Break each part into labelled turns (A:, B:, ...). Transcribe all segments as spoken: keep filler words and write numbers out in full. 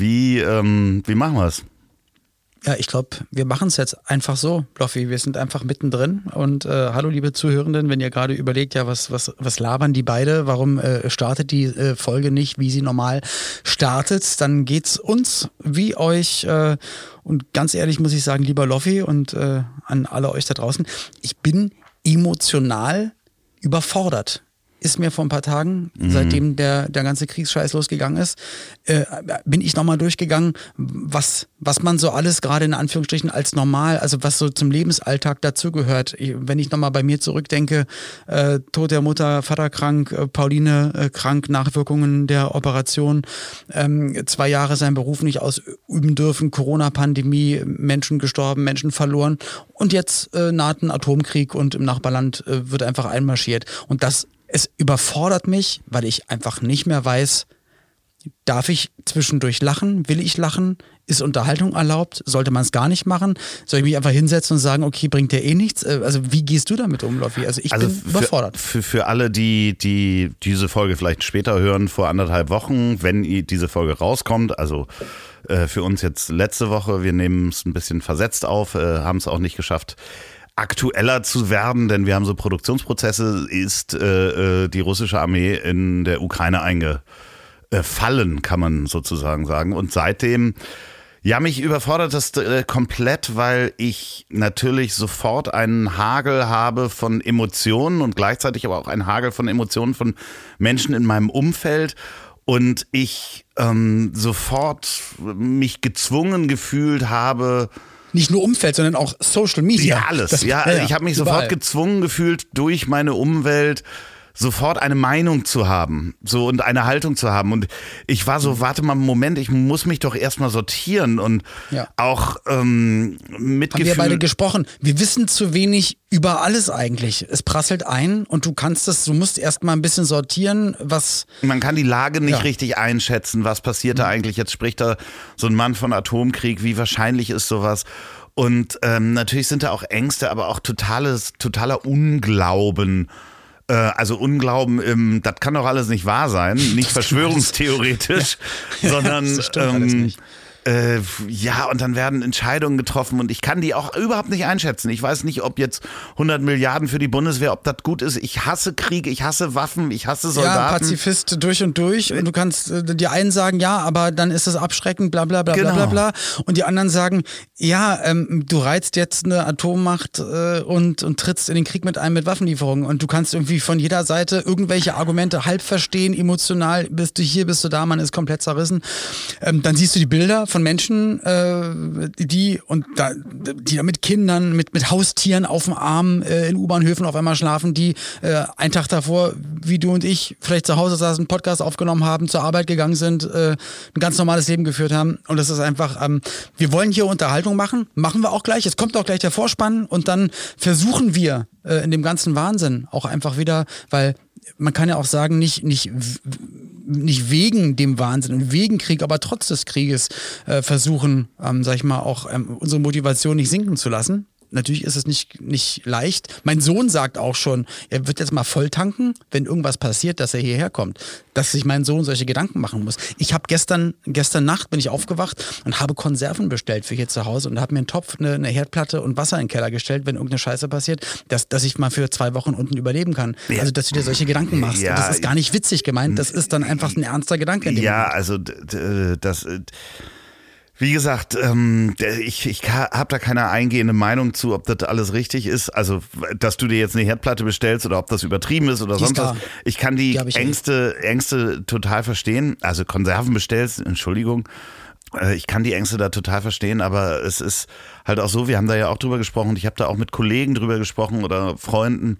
A: Wie, ähm, wie machen wir es?
B: Ja, ich glaube, wir machen es jetzt einfach so, Loffi. Wir sind einfach mittendrin. Und äh, hallo, liebe Zuhörenden, wenn ihr gerade überlegt, ja, was, was, was labern die beide? Warum äh, startet die äh, Folge nicht, wie sie normal startet? Dann geht's uns wie euch. Äh, und ganz ehrlich muss ich sagen, lieber Loffi und äh, an alle euch da draußen, ich bin emotional überfordert. Ist mir vor ein paar Tagen, mhm. seitdem der, der ganze Kriegsscheiß losgegangen ist, äh, bin ich nochmal durchgegangen, was, was man so alles gerade in Anführungsstrichen als normal, also was so zum Lebensalltag dazugehört. Wenn ich nochmal bei mir zurückdenke, äh, Tod der Mutter, Vater krank, äh, Pauline äh, krank, Nachwirkungen der Operation, ähm, zwei Jahre seinen Beruf nicht ausüben dürfen, Corona-Pandemie, Menschen gestorben, Menschen verloren und jetzt äh, naht ein Atomkrieg und im Nachbarland äh, wird einfach einmarschiert. Und das Es überfordert mich, weil ich einfach nicht mehr weiß, darf ich zwischendurch lachen? Will ich lachen? Ist Unterhaltung erlaubt? Sollte man es gar nicht machen? Soll ich mich einfach hinsetzen und sagen, okay, bringt der eh nichts? Also wie gehst du damit um, Loffi? Also ich
A: also
B: bin
A: für,
B: überfordert.
A: Für, für alle, die, die diese Folge vielleicht später hören, vor anderthalb Wochen, wenn diese Folge rauskommt, also äh, für uns jetzt letzte Woche, wir nehmen es ein bisschen versetzt auf, äh, haben es auch nicht geschafft, aktueller zu werden, denn wir haben so Produktionsprozesse, ist äh, die russische Armee in der Ukraine eingefallen, kann man sozusagen sagen. Und seitdem, ja, mich überfordert das äh, komplett, weil ich natürlich sofort einen Hagel habe von Emotionen und gleichzeitig aber auch einen Hagel von Emotionen von Menschen in meinem Umfeld. Und ich ähm, sofort mich gezwungen gefühlt habe,
B: nicht nur Umfeld, sondern auch Social Media.
A: Ja, alles.
B: Das,
A: ja,
B: ja,
A: ich habe mich
B: überall.
A: sofort gezwungen gefühlt, durch meine Umwelt sofort eine Meinung zu haben, so und eine Haltung zu haben. Und ich war so, warte mal, Moment, ich muss mich doch erstmal sortieren und
B: ja.
A: auch ähm, Mitgefühl.
B: Haben wir beide gesprochen. Wir wissen zu wenig über alles eigentlich. Es prasselt ein und du kannst es, du musst erstmal ein bisschen sortieren, was...
A: Man kann die Lage nicht
B: ja.
A: richtig einschätzen. Was passiert da eigentlich? Jetzt spricht da so ein Mann von Atomkrieg. Wie wahrscheinlich ist sowas? Und ähm, natürlich sind da auch Ängste, aber auch totales, totaler Unglauben. Äh, also Unglauben, im, das kann doch alles nicht wahr sein, nicht das verschwörungstheoretisch, ja. sondern
B: das stimmt alles nicht.
A: Äh, ja, und dann werden Entscheidungen getroffen und ich kann die auch überhaupt nicht einschätzen. Ich weiß nicht, ob jetzt hundert Milliarden für die Bundeswehr, ob das gut ist. Ich hasse Krieg, ich hasse Waffen, ich hasse Soldaten.
B: Ja, Pazifist durch und durch. Und du kannst, äh, die einen sagen, ja, aber dann ist es abschreckend, bla bla bla
A: genau.
B: bla bla. Und die anderen sagen, ja, ähm, du reizt jetzt eine Atommacht äh, und, und trittst in den Krieg mit ein mit Waffenlieferungen. Und du kannst irgendwie von jeder Seite irgendwelche Argumente halb verstehen, emotional, bist du hier, bist du da, man ist komplett zerrissen. Ähm, dann siehst du die Bilder von Menschen, äh, die und da, die da mit Kindern, mit, mit Haustieren auf dem Arm äh, in U-Bahnhöfen auf einmal schlafen, die äh, einen Tag davor, wie du und ich, vielleicht zu Hause saßen, einen Podcast aufgenommen haben, zur Arbeit gegangen sind, äh, ein ganz normales Leben geführt haben. Und das ist einfach, ähm, wir wollen hier Unterhaltung machen, machen wir auch gleich. Es kommt auch gleich der Vorspann und dann versuchen wir äh, in dem ganzen Wahnsinn auch einfach wieder, weil man kann ja auch sagen, nicht, nicht, nicht wegen dem Wahnsinn und wegen Krieg, aber trotz des Krieges äh, versuchen, ähm, sag ich mal, auch ähm, unsere Motivation nicht sinken zu lassen. Natürlich ist es nicht, nicht leicht. Mein Sohn sagt auch schon, er wird jetzt mal voll tanken, wenn irgendwas passiert, dass er hierher kommt. Dass sich mein Sohn solche Gedanken machen muss. Ich habe gestern, gestern Nacht bin ich aufgewacht und habe Konserven bestellt für hier zu Hause und habe mir einen Topf, eine, eine Herdplatte und Wasser in den Keller gestellt, wenn irgendeine Scheiße passiert, dass, dass ich mal für zwei Wochen unten überleben kann. Ja. Also, dass du dir solche Gedanken machst. Ja, das ist gar nicht witzig gemeint, das ist dann einfach ein ernster Gedanke. In dem
A: ja,
B: Moment.
A: also das... Wie gesagt, ähm, ich, ich habe da keine eingehende Meinung zu, ob das alles richtig ist. Also, dass du dir jetzt eine Herdplatte bestellst oder ob das übertrieben ist oder die sonst was. Ich kann die, die Ängste, Ängste total verstehen. Also Konserven bestellst, Entschuldigung. Ich kann die Ängste da total verstehen, aber es ist halt auch so, wir haben da ja auch drüber gesprochen und ich habe da auch mit Kollegen drüber gesprochen oder Freunden.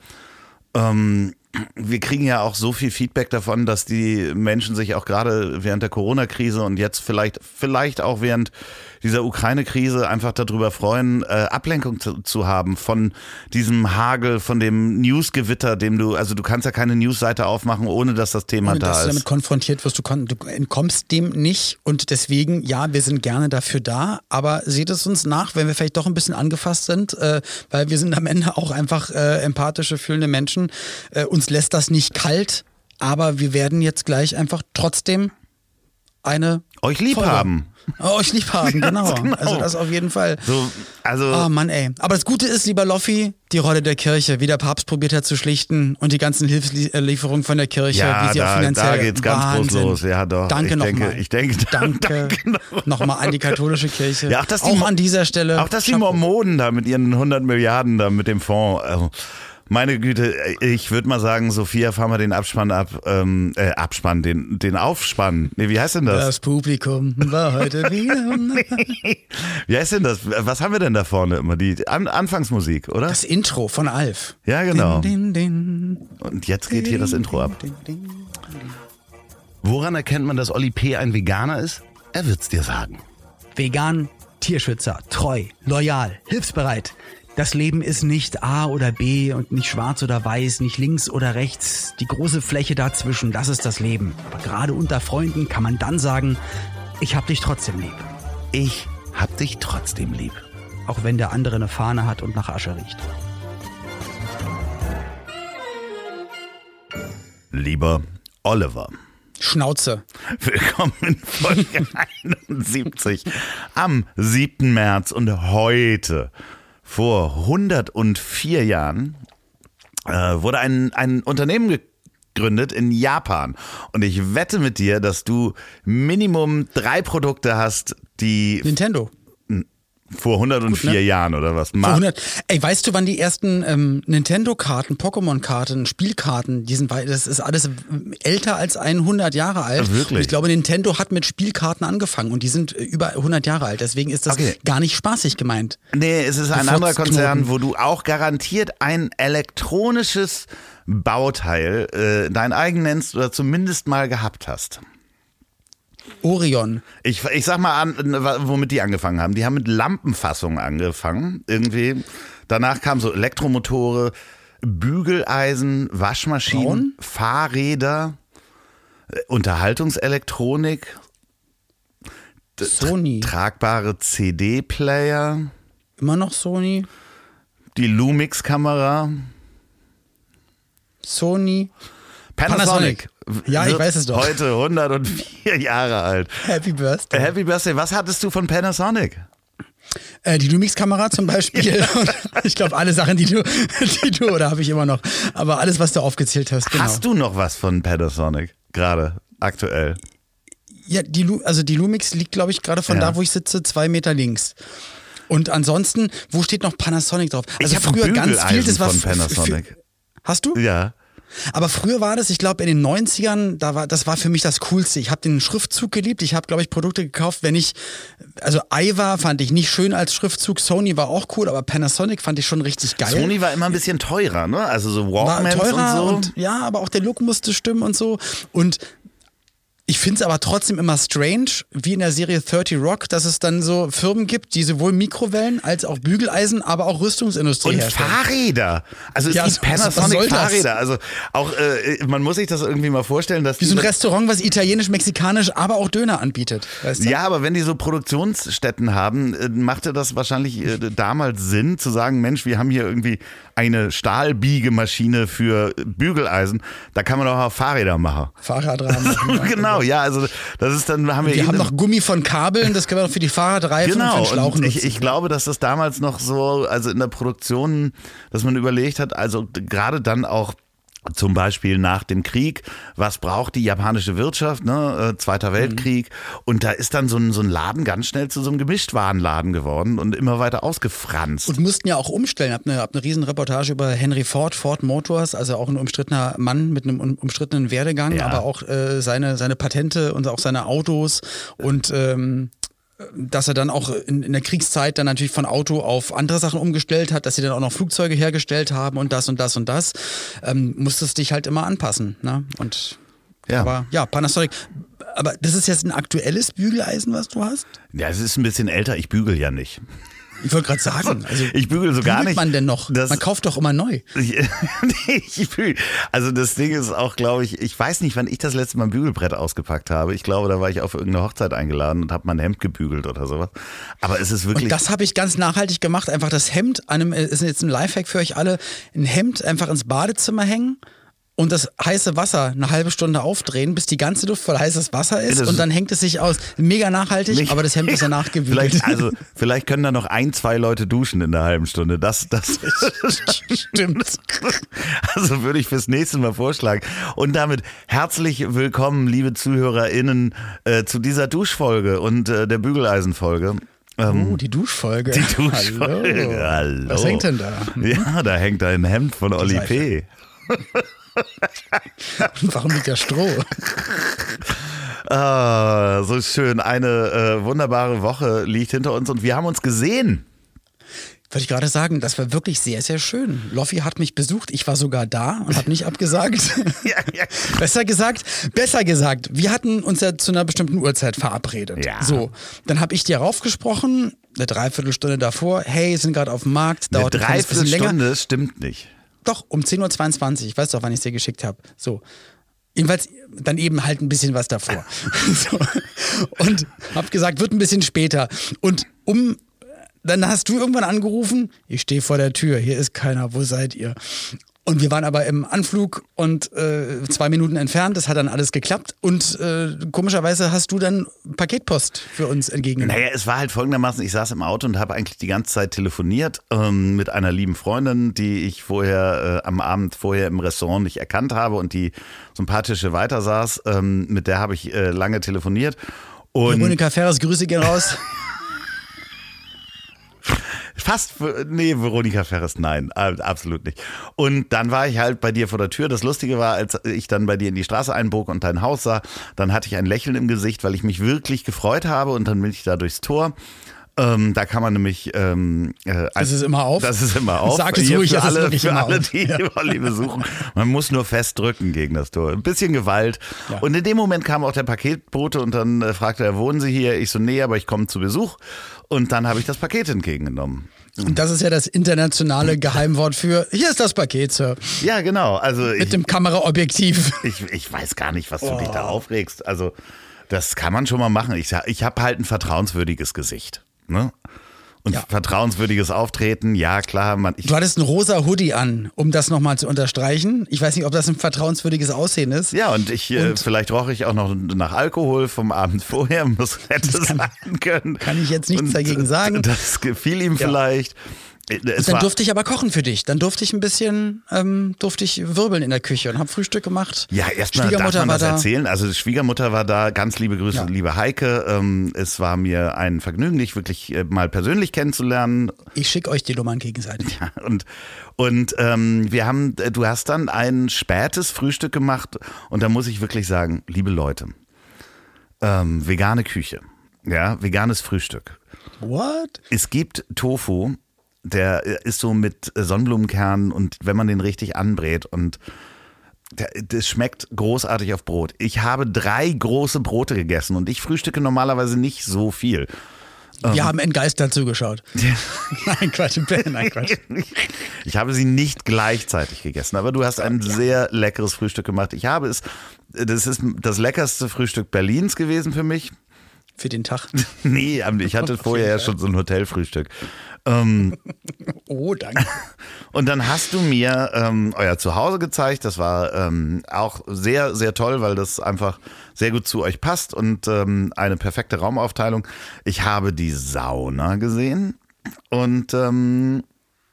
A: Ähm, wir kriegen ja auch so viel Feedback davon, dass die Menschen sich auch gerade während der Corona-Krise und jetzt vielleicht vielleicht auch während dieser Ukraine-Krise einfach darüber freuen, äh, Ablenkung zu, zu haben von diesem Hagel, von dem Newsgewitter, dem du, also du kannst ja keine Newsseite aufmachen, ohne dass das Thema
B: ohne,
A: da
B: dass
A: ist.
B: Du damit konfrontiert wirst, du, kon- du entkommst dem nicht und deswegen, ja, wir sind gerne dafür da, aber seht es uns nach, wenn wir vielleicht doch ein bisschen angefasst sind, äh, weil wir sind am Ende auch einfach äh, empathische, fühlende Menschen. Äh, uns lässt das nicht kalt, aber wir werden jetzt gleich einfach trotzdem eine
A: Euch lieb
B: Folge.
A: haben.
B: Oh, euch lieb haben, genau.
A: genau.
B: Also das auf jeden Fall.
A: So, also
B: Oh Mann, ey. Aber das Gute ist, lieber Loffi, die Rolle der Kirche, wie der Papst probiert hat zu schlichten und die ganzen Hilfslieferungen von der Kirche,
A: ja,
B: wie sie
A: da,
B: auch finanziell
A: da geht's ganz
B: Wahnsinn.
A: groß los. Ja, doch.
B: Danke
A: ich denke,
B: nochmal.
A: ich denke,
B: Danke,
A: danke
B: nochmal an die katholische Kirche.
A: Ja, auch, dass die
B: auch
A: Mo-
B: an dieser Stelle.
A: Auch dass die
B: Chapeau.
A: Mormonen da mit ihren hundert Milliarden da mit dem Fonds, also, meine Güte, ich würde mal sagen, Sophia, fahren wir den Abspann ab, ähm, äh, Abspann, den, den Aufspann. Nee, wie heißt denn das?
B: Das Publikum war heute wieder.
A: Wie heißt denn das? Was haben wir denn da vorne immer? Die An- Anfangsmusik, oder?
B: Das Intro von Alf.
A: Ja, genau.
B: Din, din, din.
A: Und jetzt geht hier das Intro ab.
B: Din, din, din.
C: Woran erkennt man, dass Olli P. ein Veganer ist? Er wird's dir sagen.
D: Vegan, Tierschützer, treu, loyal, hilfsbereit. Das Leben ist nicht A oder B und nicht schwarz oder weiß, nicht links oder rechts. Die große Fläche dazwischen, das ist das Leben. Aber gerade unter Freunden kann man dann sagen, ich hab dich trotzdem lieb.
C: Ich hab dich trotzdem lieb.
D: Auch wenn der andere eine Fahne hat und nach Asche riecht.
A: Lieber Oliver,
B: Schnauze.
A: willkommen in Folge einundsiebzig am siebten März und heute vor hundertvier Jahren äh, wurde ein, ein Unternehmen gegründet in Japan und ich wette mit dir, dass du Minimum drei Produkte hast, die
B: Nintendo.
A: vor hundertvier
B: ne?
A: Jahren oder was
B: Vor
A: machen.
B: hundert Ey, weißt du, wann die ersten ähm, Nintendo-Karten, Pokémon-Karten, Spielkarten, die sind, wei- das ist alles älter als hundert Jahre alt.
A: Wirklich?
B: Und ich glaube, Nintendo hat mit Spielkarten angefangen und die sind äh, über hundert Jahre alt. Deswegen ist das
A: Okay.
B: gar nicht spaßig gemeint.
A: Nee, es ist ein
B: Bevor
A: anderer
B: es
A: Konzern,
B: Knoten.
A: wo du auch garantiert ein elektronisches Bauteil äh, dein eigen nennst oder zumindest mal gehabt hast.
B: Orion.
A: Ich, ich sag mal an, womit die angefangen haben. Die haben mit Lampenfassungen angefangen, irgendwie. Danach kamen so Elektromotore, Bügeleisen, Waschmaschinen,
B: Braun?
A: Fahrräder, äh, Unterhaltungselektronik, t-
B: Sony.
A: tragbare C D-Player,
B: Immer noch Sony.
A: die Lumix-Kamera,
B: Sony.
A: Panasonic.
B: Ja, ich
A: wird
B: weiß es doch.
A: Heute hundertvier Jahre alt.
B: Happy Birthday.
A: Happy Birthday. Was hattest du von Panasonic?
B: Äh, die Lumix-Kamera zum Beispiel. Und ich glaube, alle Sachen, die du, die du, oder habe ich immer noch. Aber alles, was du aufgezählt hast, genau.
A: Hast du noch was von Panasonic? Gerade, aktuell.
B: Ja, die, Lu- also die Lumix liegt, glaube ich, gerade von
A: Ja.
B: da, wo ich sitze, zwei Meter links. Und ansonsten, wo steht noch Panasonic drauf? Also
A: ich habe
B: früher ganz viel, das war
A: von
B: f- f-
A: Panasonic.
B: Hast du?
A: Ja.
B: Aber früher war das, ich glaube in den neunzigern, da war, das war für mich das Coolste. Ich habe den Schriftzug geliebt. Ich habe, glaube ich, Produkte gekauft, wenn ich, also Aiwa fand ich nicht schön als Schriftzug. Sony war auch cool, aber Panasonic fand ich schon richtig geil.
A: Sony war immer ein bisschen teurer, ne? Also so
B: war
A: Walkmans
B: teurer
A: und so.
B: und ja, aber auch der Look musste stimmen und so. Und ich finde es aber trotzdem immer strange, wie in der Serie dreißig Rock, dass es dann so Firmen gibt, die sowohl Mikrowellen als auch Bügeleisen, aber auch Rüstungsindustrie
A: Und
B: herstellen.
A: Fahrräder. Also es
B: Ja,
A: gibt
B: was- was soll
A: Panasonic
B: das?
A: Fahrräder. Also auch, äh, man muss sich das irgendwie mal vorstellen, dass
B: Wie so ein
A: diese-
B: Restaurant, was italienisch, mexikanisch, aber auch Döner anbietet. Weißt du?
A: Ja, aber wenn die so Produktionsstätten haben, äh, machte das wahrscheinlich äh, damals Sinn zu sagen, Mensch, wir haben hier irgendwie eine Stahlbiegemaschine für Bügeleisen, da kann man doch auch Fahrräder machen.
B: Fahrradrahmen.
A: Genau, ja, also das ist dann, haben wir,
B: Wir
A: eben-
B: haben noch Gummi von Kabeln, das können wir noch für die Fahrradreifen und für
A: Genau,
B: den Schlauch
A: und ich,
B: nutzen.
A: ich glaube, dass das damals noch so, also in der Produktion, dass man überlegt hat, also gerade dann auch zum Beispiel nach dem Krieg, was braucht die japanische Wirtschaft, ne? äh, Zweiter Weltkrieg, und da ist dann so ein, so ein Laden ganz schnell zu so einem Gemischtwarenladen geworden und immer weiter ausgefranst.
B: Und mussten ja auch umstellen. Ich habe eine, hab eine riesen Reportage über Henry Ford, Ford Motors, also auch ein umstrittener Mann mit einem um- umstrittenen Werdegang,
A: Ja.
B: aber auch äh, seine, seine Patente und auch seine Autos und ähm, dass er dann auch in, in der Kriegszeit dann natürlich von Auto auf andere Sachen umgestellt hat, dass sie dann auch noch Flugzeuge hergestellt haben und das und das und das, ähm, musstest dich halt immer anpassen. Ne? Und
A: Ja.
B: aber ja, Panasonic. Aber das ist jetzt ein aktuelles Bügeleisen, was du hast?
A: Ja, es ist ein bisschen älter, ich bügel ja nicht.
B: Ich wollte gerade sagen, also
A: Ich bügel so gar
B: bügelt
A: nicht.
B: man denn noch?
A: Das-
B: Man kauft doch immer neu.
A: Ich, nee, ich bügel. Also das Ding ist auch, glaube ich, ich weiß nicht, wann ich das letzte Mal ein Bügelbrett ausgepackt habe. Ich glaube, da war ich auf irgendeine Hochzeit eingeladen und habe mein Hemd gebügelt oder sowas. Aber es ist wirklich...
B: Und das habe ich ganz nachhaltig gemacht. Einfach das Hemd, einem, ist jetzt ein Lifehack für euch alle, ein Hemd einfach ins Badezimmer hängen und das heiße Wasser eine halbe Stunde aufdrehen, bis die ganze Luft voll heißes Wasser ist
A: Das
B: und dann hängt es sich aus. Mega nachhaltig,
A: Nicht-
B: aber das Hemd ist ja nachgebügelt.
A: Vielleicht, also, vielleicht können da noch ein, zwei Leute duschen in der halben Stunde. Das, das
B: Stimmt.
A: Also würde ich fürs nächste Mal vorschlagen. Und damit herzlich willkommen, liebe ZuhörerInnen, äh, zu dieser Duschfolge und äh, der Bügeleisenfolge.
B: Oh, die Duschfolge.
A: Die Duschfolge.
B: Hallo.
A: Hallo.
B: Was hängt denn da?
A: Ja, da hängt ein Hemd von Oli P.
B: Und warum liegt da Stroh?
A: Ah, so schön. Eine äh, wunderbare Woche liegt hinter uns und wir haben uns gesehen.
B: Wollte ich gerade sagen, das war wirklich sehr, sehr schön. Loffi hat mich besucht, ich war sogar da und habe nicht abgesagt.
A: Ja, ja.
B: Besser gesagt, besser gesagt, wir hatten uns ja zu einer bestimmten Uhrzeit verabredet.
A: Ja.
B: So, dann habe ich dir raufgesprochen, eine Dreiviertelstunde davor, hey, sind gerade auf dem Markt,
A: Eine
B: dauert ein kleines bisschen länger.
A: Dreiviertelstunde stimmt nicht.
B: Doch, um zehn Uhr zweiundzwanzig, ich weiß doch, wann ich es dir geschickt habe. So. Jedenfalls dann eben halt ein bisschen was davor. So. Und hab gesagt, wird ein bisschen später. Und um dann hast du irgendwann angerufen, ich stehe vor der Tür, hier ist keiner, wo seid ihr? Und wir waren aber im Anflug und äh, zwei Minuten entfernt, das hat dann alles geklappt und äh, komischerweise hast du dann Paketpost für uns entgegengenommen.
A: Naja, es war halt folgendermaßen, ich saß im Auto und habe eigentlich die ganze Zeit telefoniert ähm, mit einer lieben Freundin, die ich vorher äh, am Abend vorher im Restaurant nicht erkannt habe und die sympathische weiter saß, ähm, mit der habe ich äh, lange telefoniert. Und
B: Veronika Ferres, Grüße gehen raus.
A: Fast, nee, Veronika Ferres, nein, absolut nicht. Und dann war ich halt bei dir vor der Tür. Das Lustige war, als ich dann bei dir in die Straße einbog und dein Haus sah, dann hatte ich ein Lächeln im Gesicht, weil ich mich wirklich gefreut habe und dann bin ich da durchs Tor. Ähm, da kann man nämlich ähm, äh,
B: Das ist immer auf.
A: Das ist immer auf.
B: Sag es
A: Hier
B: ruhig,
A: für
B: das ist
A: alle,
B: wirklich
A: für
B: immer
A: alle,
B: auf.
A: die
B: Ja.
A: Olli besuchen. Man muss nur fest drücken gegen das Tor. Ein bisschen Gewalt.
B: Ja.
A: Und in dem Moment kam auch der Paketbote und dann äh, fragte er, wohnen Sie hier? Ich so, nee, aber ich komme zu Besuch. Und dann habe ich das Paket entgegengenommen.
B: Und das ist ja das internationale Geheimwort für, hier ist das Paket, Sir.
A: Ja, genau. Also
B: Mit
A: ich,
B: dem Kameraobjektiv.
A: ich, ich weiß gar nicht, was du
B: Oh.
A: dich da aufregst. Also das kann man schon mal machen. Ich, ich habe halt ein vertrauenswürdiges Gesicht. Ne? Und
B: Ja.
A: vertrauenswürdiges Auftreten, ja klar. Man, ich,
B: Du hattest einen rosa Hoodie an, um das nochmal zu unterstreichen. Ich weiß nicht, ob das ein vertrauenswürdiges Aussehen ist.
A: ja, und ich äh,
B: Und-
A: vielleicht roch ich auch noch nach Alkohol vom Abend vorher, muss hätte
B: kann-
A: sein können.
B: kann ich jetzt nichts
A: Und
B: dagegen sagen.
A: Das gefiel ihm
B: Ja.
A: vielleicht. Es
B: Dann
A: war,
B: durfte ich aber kochen für dich. Dann durfte ich ein bisschen, ähm, durfte ich wirbeln in der Küche und habe Frühstück gemacht.
A: ja, erstmal darf
B: Schwiegermutter
A: man
B: war
A: das
B: da.
A: erzählen. Also die Schwiegermutter war da, ganz liebe Grüße,
B: Ja.
A: liebe Heike. Ähm, es war mir ein Vergnügen, dich wirklich äh, mal persönlich kennenzulernen.
B: Ich schicke euch die Nummern gegenseitig.
A: Und, und ähm, wir haben, du hast dann ein spätes Frühstück gemacht und da muss ich wirklich sagen, liebe Leute, ähm, vegane Küche, ja, veganes Frühstück.
B: What?
A: Es gibt Tofu, der ist so mit Sonnenblumenkernen und wenn man den richtig anbrät und der, das schmeckt großartig auf Brot. Ich habe drei große Brote gegessen und ich frühstücke normalerweise nicht so viel.
B: Wir haben entgeistert zugeschaut. Nein, Quatsch, nein, Quatsch.
A: Ich habe sie nicht gleichzeitig gegessen, aber du hast ein sehr leckeres Frühstück gemacht. Ich habe es, das ist das leckerste Frühstück Berlins gewesen für mich.
B: Für den Tag.
A: Nee, ich hatte vorher ja schon so ein Hotelfrühstück. Ähm,
B: Oh, danke.
A: und dann hast du mir ähm, euer Zuhause gezeigt. Das war ähm, auch sehr, sehr toll, weil das einfach sehr gut zu euch passt und ähm, eine perfekte Raumaufteilung. Ich habe die Sauna gesehen und ähm,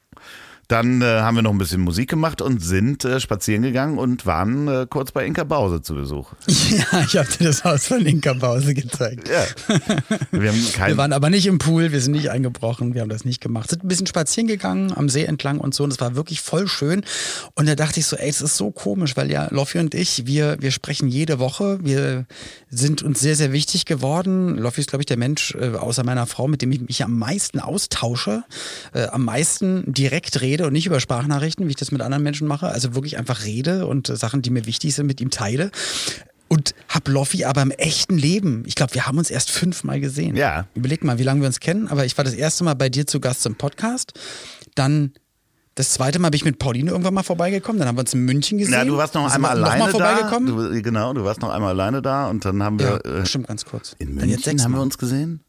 A: dann äh, haben wir noch ein bisschen Musik gemacht und sind äh, spazieren gegangen und waren äh, kurz bei Inka Bause zu Besuch.
B: Ja, ich habe dir das Haus von Inka Bause gezeigt.
A: Ja. Wir haben kein,
B: Wir waren aber nicht im Pool, wir sind nicht eingebrochen, wir haben das nicht gemacht. Sind ein bisschen spazieren gegangen, am See entlang und so und es war wirklich voll schön. Und da dachte ich so, ey, es ist so komisch, weil ja Loffi und ich, wir, wir sprechen jede Woche, wir sind uns sehr, sehr wichtig geworden. Loffi ist, glaube ich, der Mensch, äh, außer meiner Frau, mit dem ich mich am meisten austausche, äh, am meisten direkt rede und nicht über Sprachnachrichten, wie ich das mit anderen Menschen mache. Also wirklich einfach rede und äh, Sachen, die mir wichtig sind, mit ihm teile. Und hab Loffi aber im echten Leben. Ich glaube, wir haben uns erst fünfmal gesehen.
A: Ja.
B: Überleg mal, wie lange wir uns kennen. Aber ich war das erste Mal bei dir zu Gast im Podcast. Dann das zweite Mal bin ich mit Pauline irgendwann mal vorbeigekommen. Dann haben wir uns in München gesehen.
A: Ja, du warst noch
B: Sind
A: einmal
B: wir
A: alleine
B: noch mal vorbeigekommen.
A: da. Du, genau, du warst noch einmal alleine da und dann haben
B: Ja,
A: wir äh,
B: stimmt, ganz kurz.
A: in
B: Dann jetzt
A: München haben wir
B: sechsmal.
A: uns gesehen.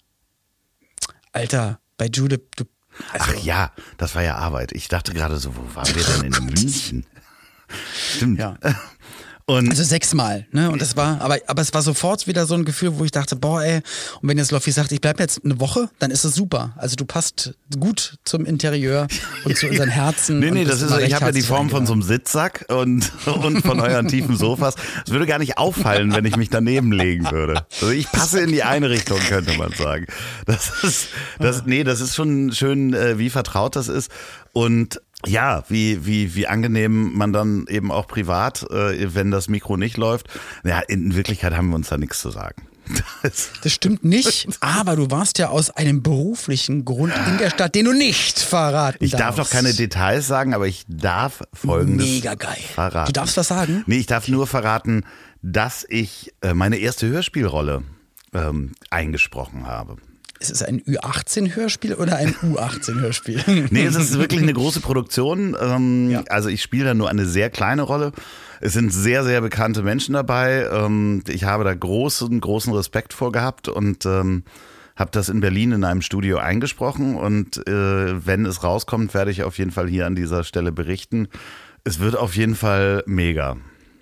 B: Alter, bei Jude, du. Also,
A: Ach ja, das war ja Arbeit. Ich dachte gerade so, wo waren wir denn in München? Stimmt.
B: Ja.
A: Und
B: Also sechsmal, ne? Und das war, aber, aber es war sofort wieder so ein Gefühl, wo ich dachte, boah, ey, und wenn jetzt Loffi sagt, ich bleib jetzt eine Woche, dann ist es super. Also du passt gut zum Interieur und zu unseren Herzen.
A: Nee, nee,
B: und
A: das ist, ich habe ja die Form von so einem Sitzsack und, und von euren tiefen Sofas. Es würde gar nicht auffallen, wenn ich mich daneben legen würde. Also ich passe in die eine Richtung, könnte man sagen. Das ist, das, nee, das ist schon schön, äh, wie vertraut das ist. Und ja, wie, wie, wie angenehm man dann eben auch privat, äh, wenn das Mikro nicht läuft. Ja, in Wirklichkeit haben wir uns da nichts zu sagen. Das,
B: das stimmt nicht, aber du warst ja aus einem beruflichen Grund in der Stadt, den du nicht verraten
A: ich darf
B: darfst.
A: noch keine Details sagen, aber ich darf Folgendes
B: Mega geil.
A: verraten.
B: Du darfst was sagen?
A: Nee, ich darf nur verraten, dass ich äh, meine erste Hörspielrolle ähm, eingesprochen habe.
B: Ist es ein Ü achtzehn Hörspiel oder ein U achtzehn Hörspiel?
A: Nee, es ist wirklich eine große Produktion. Ähm,
B: Ja.
A: Also ich spiele da nur eine sehr kleine Rolle. Es sind sehr, sehr bekannte Menschen dabei. Ähm, ich habe da großen, großen Respekt vor gehabt und ähm, habe das in Berlin in einem Studio eingesprochen. Und äh, wenn es rauskommt, werde ich auf jeden Fall hier an dieser Stelle berichten. Es wird auf jeden Fall mega.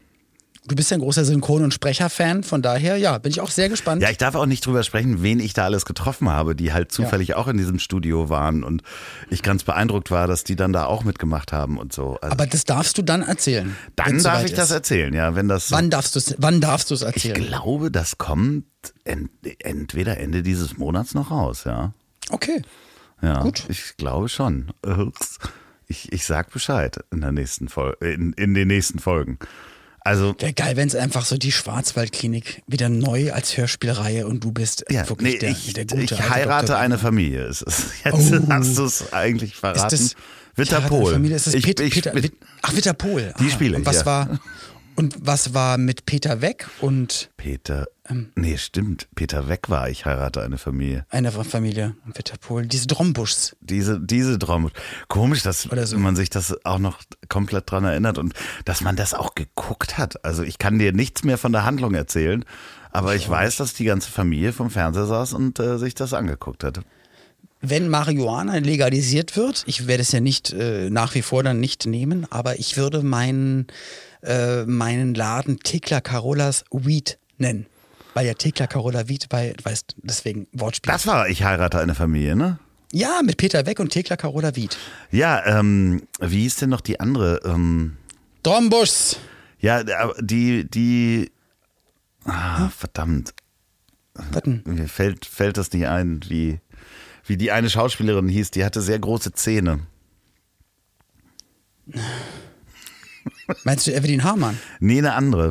B: Du bist ja ein großer Synchron- und Sprecher-Fan, von daher, ja, bin ich auch sehr gespannt.
A: Ja, ich darf auch nicht drüber sprechen, wen ich da alles getroffen habe, die halt zufällig ja. auch in diesem Studio waren und ich ganz beeindruckt war, dass die dann da auch mitgemacht haben und so. Also
B: aber das darfst du dann erzählen.
A: dann darf ich ist. das erzählen, ja, wenn das.
B: Wann darfst du es? Wann darfst du es erzählen?
A: Ich glaube, das kommt ent, entweder Ende dieses Monats noch raus, ja.
B: Okay.
A: Ja,
B: gut.
A: Ich glaube schon. Ich, ich sag Bescheid in der nächsten Folge, in, in den nächsten Folgen. Also,
B: wäre geil, wenn es einfach so die Schwarzwaldklinik wieder neu als Hörspielreihe und du bist
A: ja,
B: wirklich
A: nee,
B: der,
A: ich,
B: der gute.
A: Ich heirate
B: Doktor
A: eine Familie. Ist es. Jetzt
B: oh.
A: hast du es eigentlich verraten.
B: Ist das,
A: Witterpol.
B: Familie, ist das
A: ich,
B: Peter,
A: ich,
B: Peter,
A: ich,
B: ach, Witterpol.
A: Die
B: ah,
A: spiele ich,
B: und was
A: ja.
B: war Und was war mit Peter Weck und
A: Peter,
B: ähm,
A: nee, stimmt. Peter Weck war Ich heirate eine Familie.
B: Eine Familie, Witterpol, diese Drombuschs.
A: Diese, diese Drombusch. Komisch, dass
B: so.
A: man sich das auch noch komplett dran erinnert und dass man das auch geguckt hat. Also ich kann dir nichts mehr von der Handlung erzählen, aber ich weiß, dass die ganze Familie vom Fernseher saß und äh, sich das angeguckt hat.
B: Wenn Marihuana legalisiert wird, ich werde es ja nicht äh, nach wie vor dann nicht nehmen, aber ich würde meinen, äh, meinen Laden Thekla Carolas Weed nennen. Weil ja Thekla Carola Weed bei, weißt deswegen Wortspiel.
A: Das war Ich heirate eine Familie, ne?
B: Ja, mit Peter Weck und Thekla Carola Weed.
A: Ja, ähm, wie hieß denn noch die andere? Ähm,
B: Drombuschs.
A: Ja, die, die, ah, hm? verdammt.
B: Was denn?
A: Mir fällt, fällt das nicht ein, wie, wie die eine Schauspielerin hieß, die hatte sehr große Zähne.
B: Meinst du Evelyn Hamann?
A: Nee, eine andere.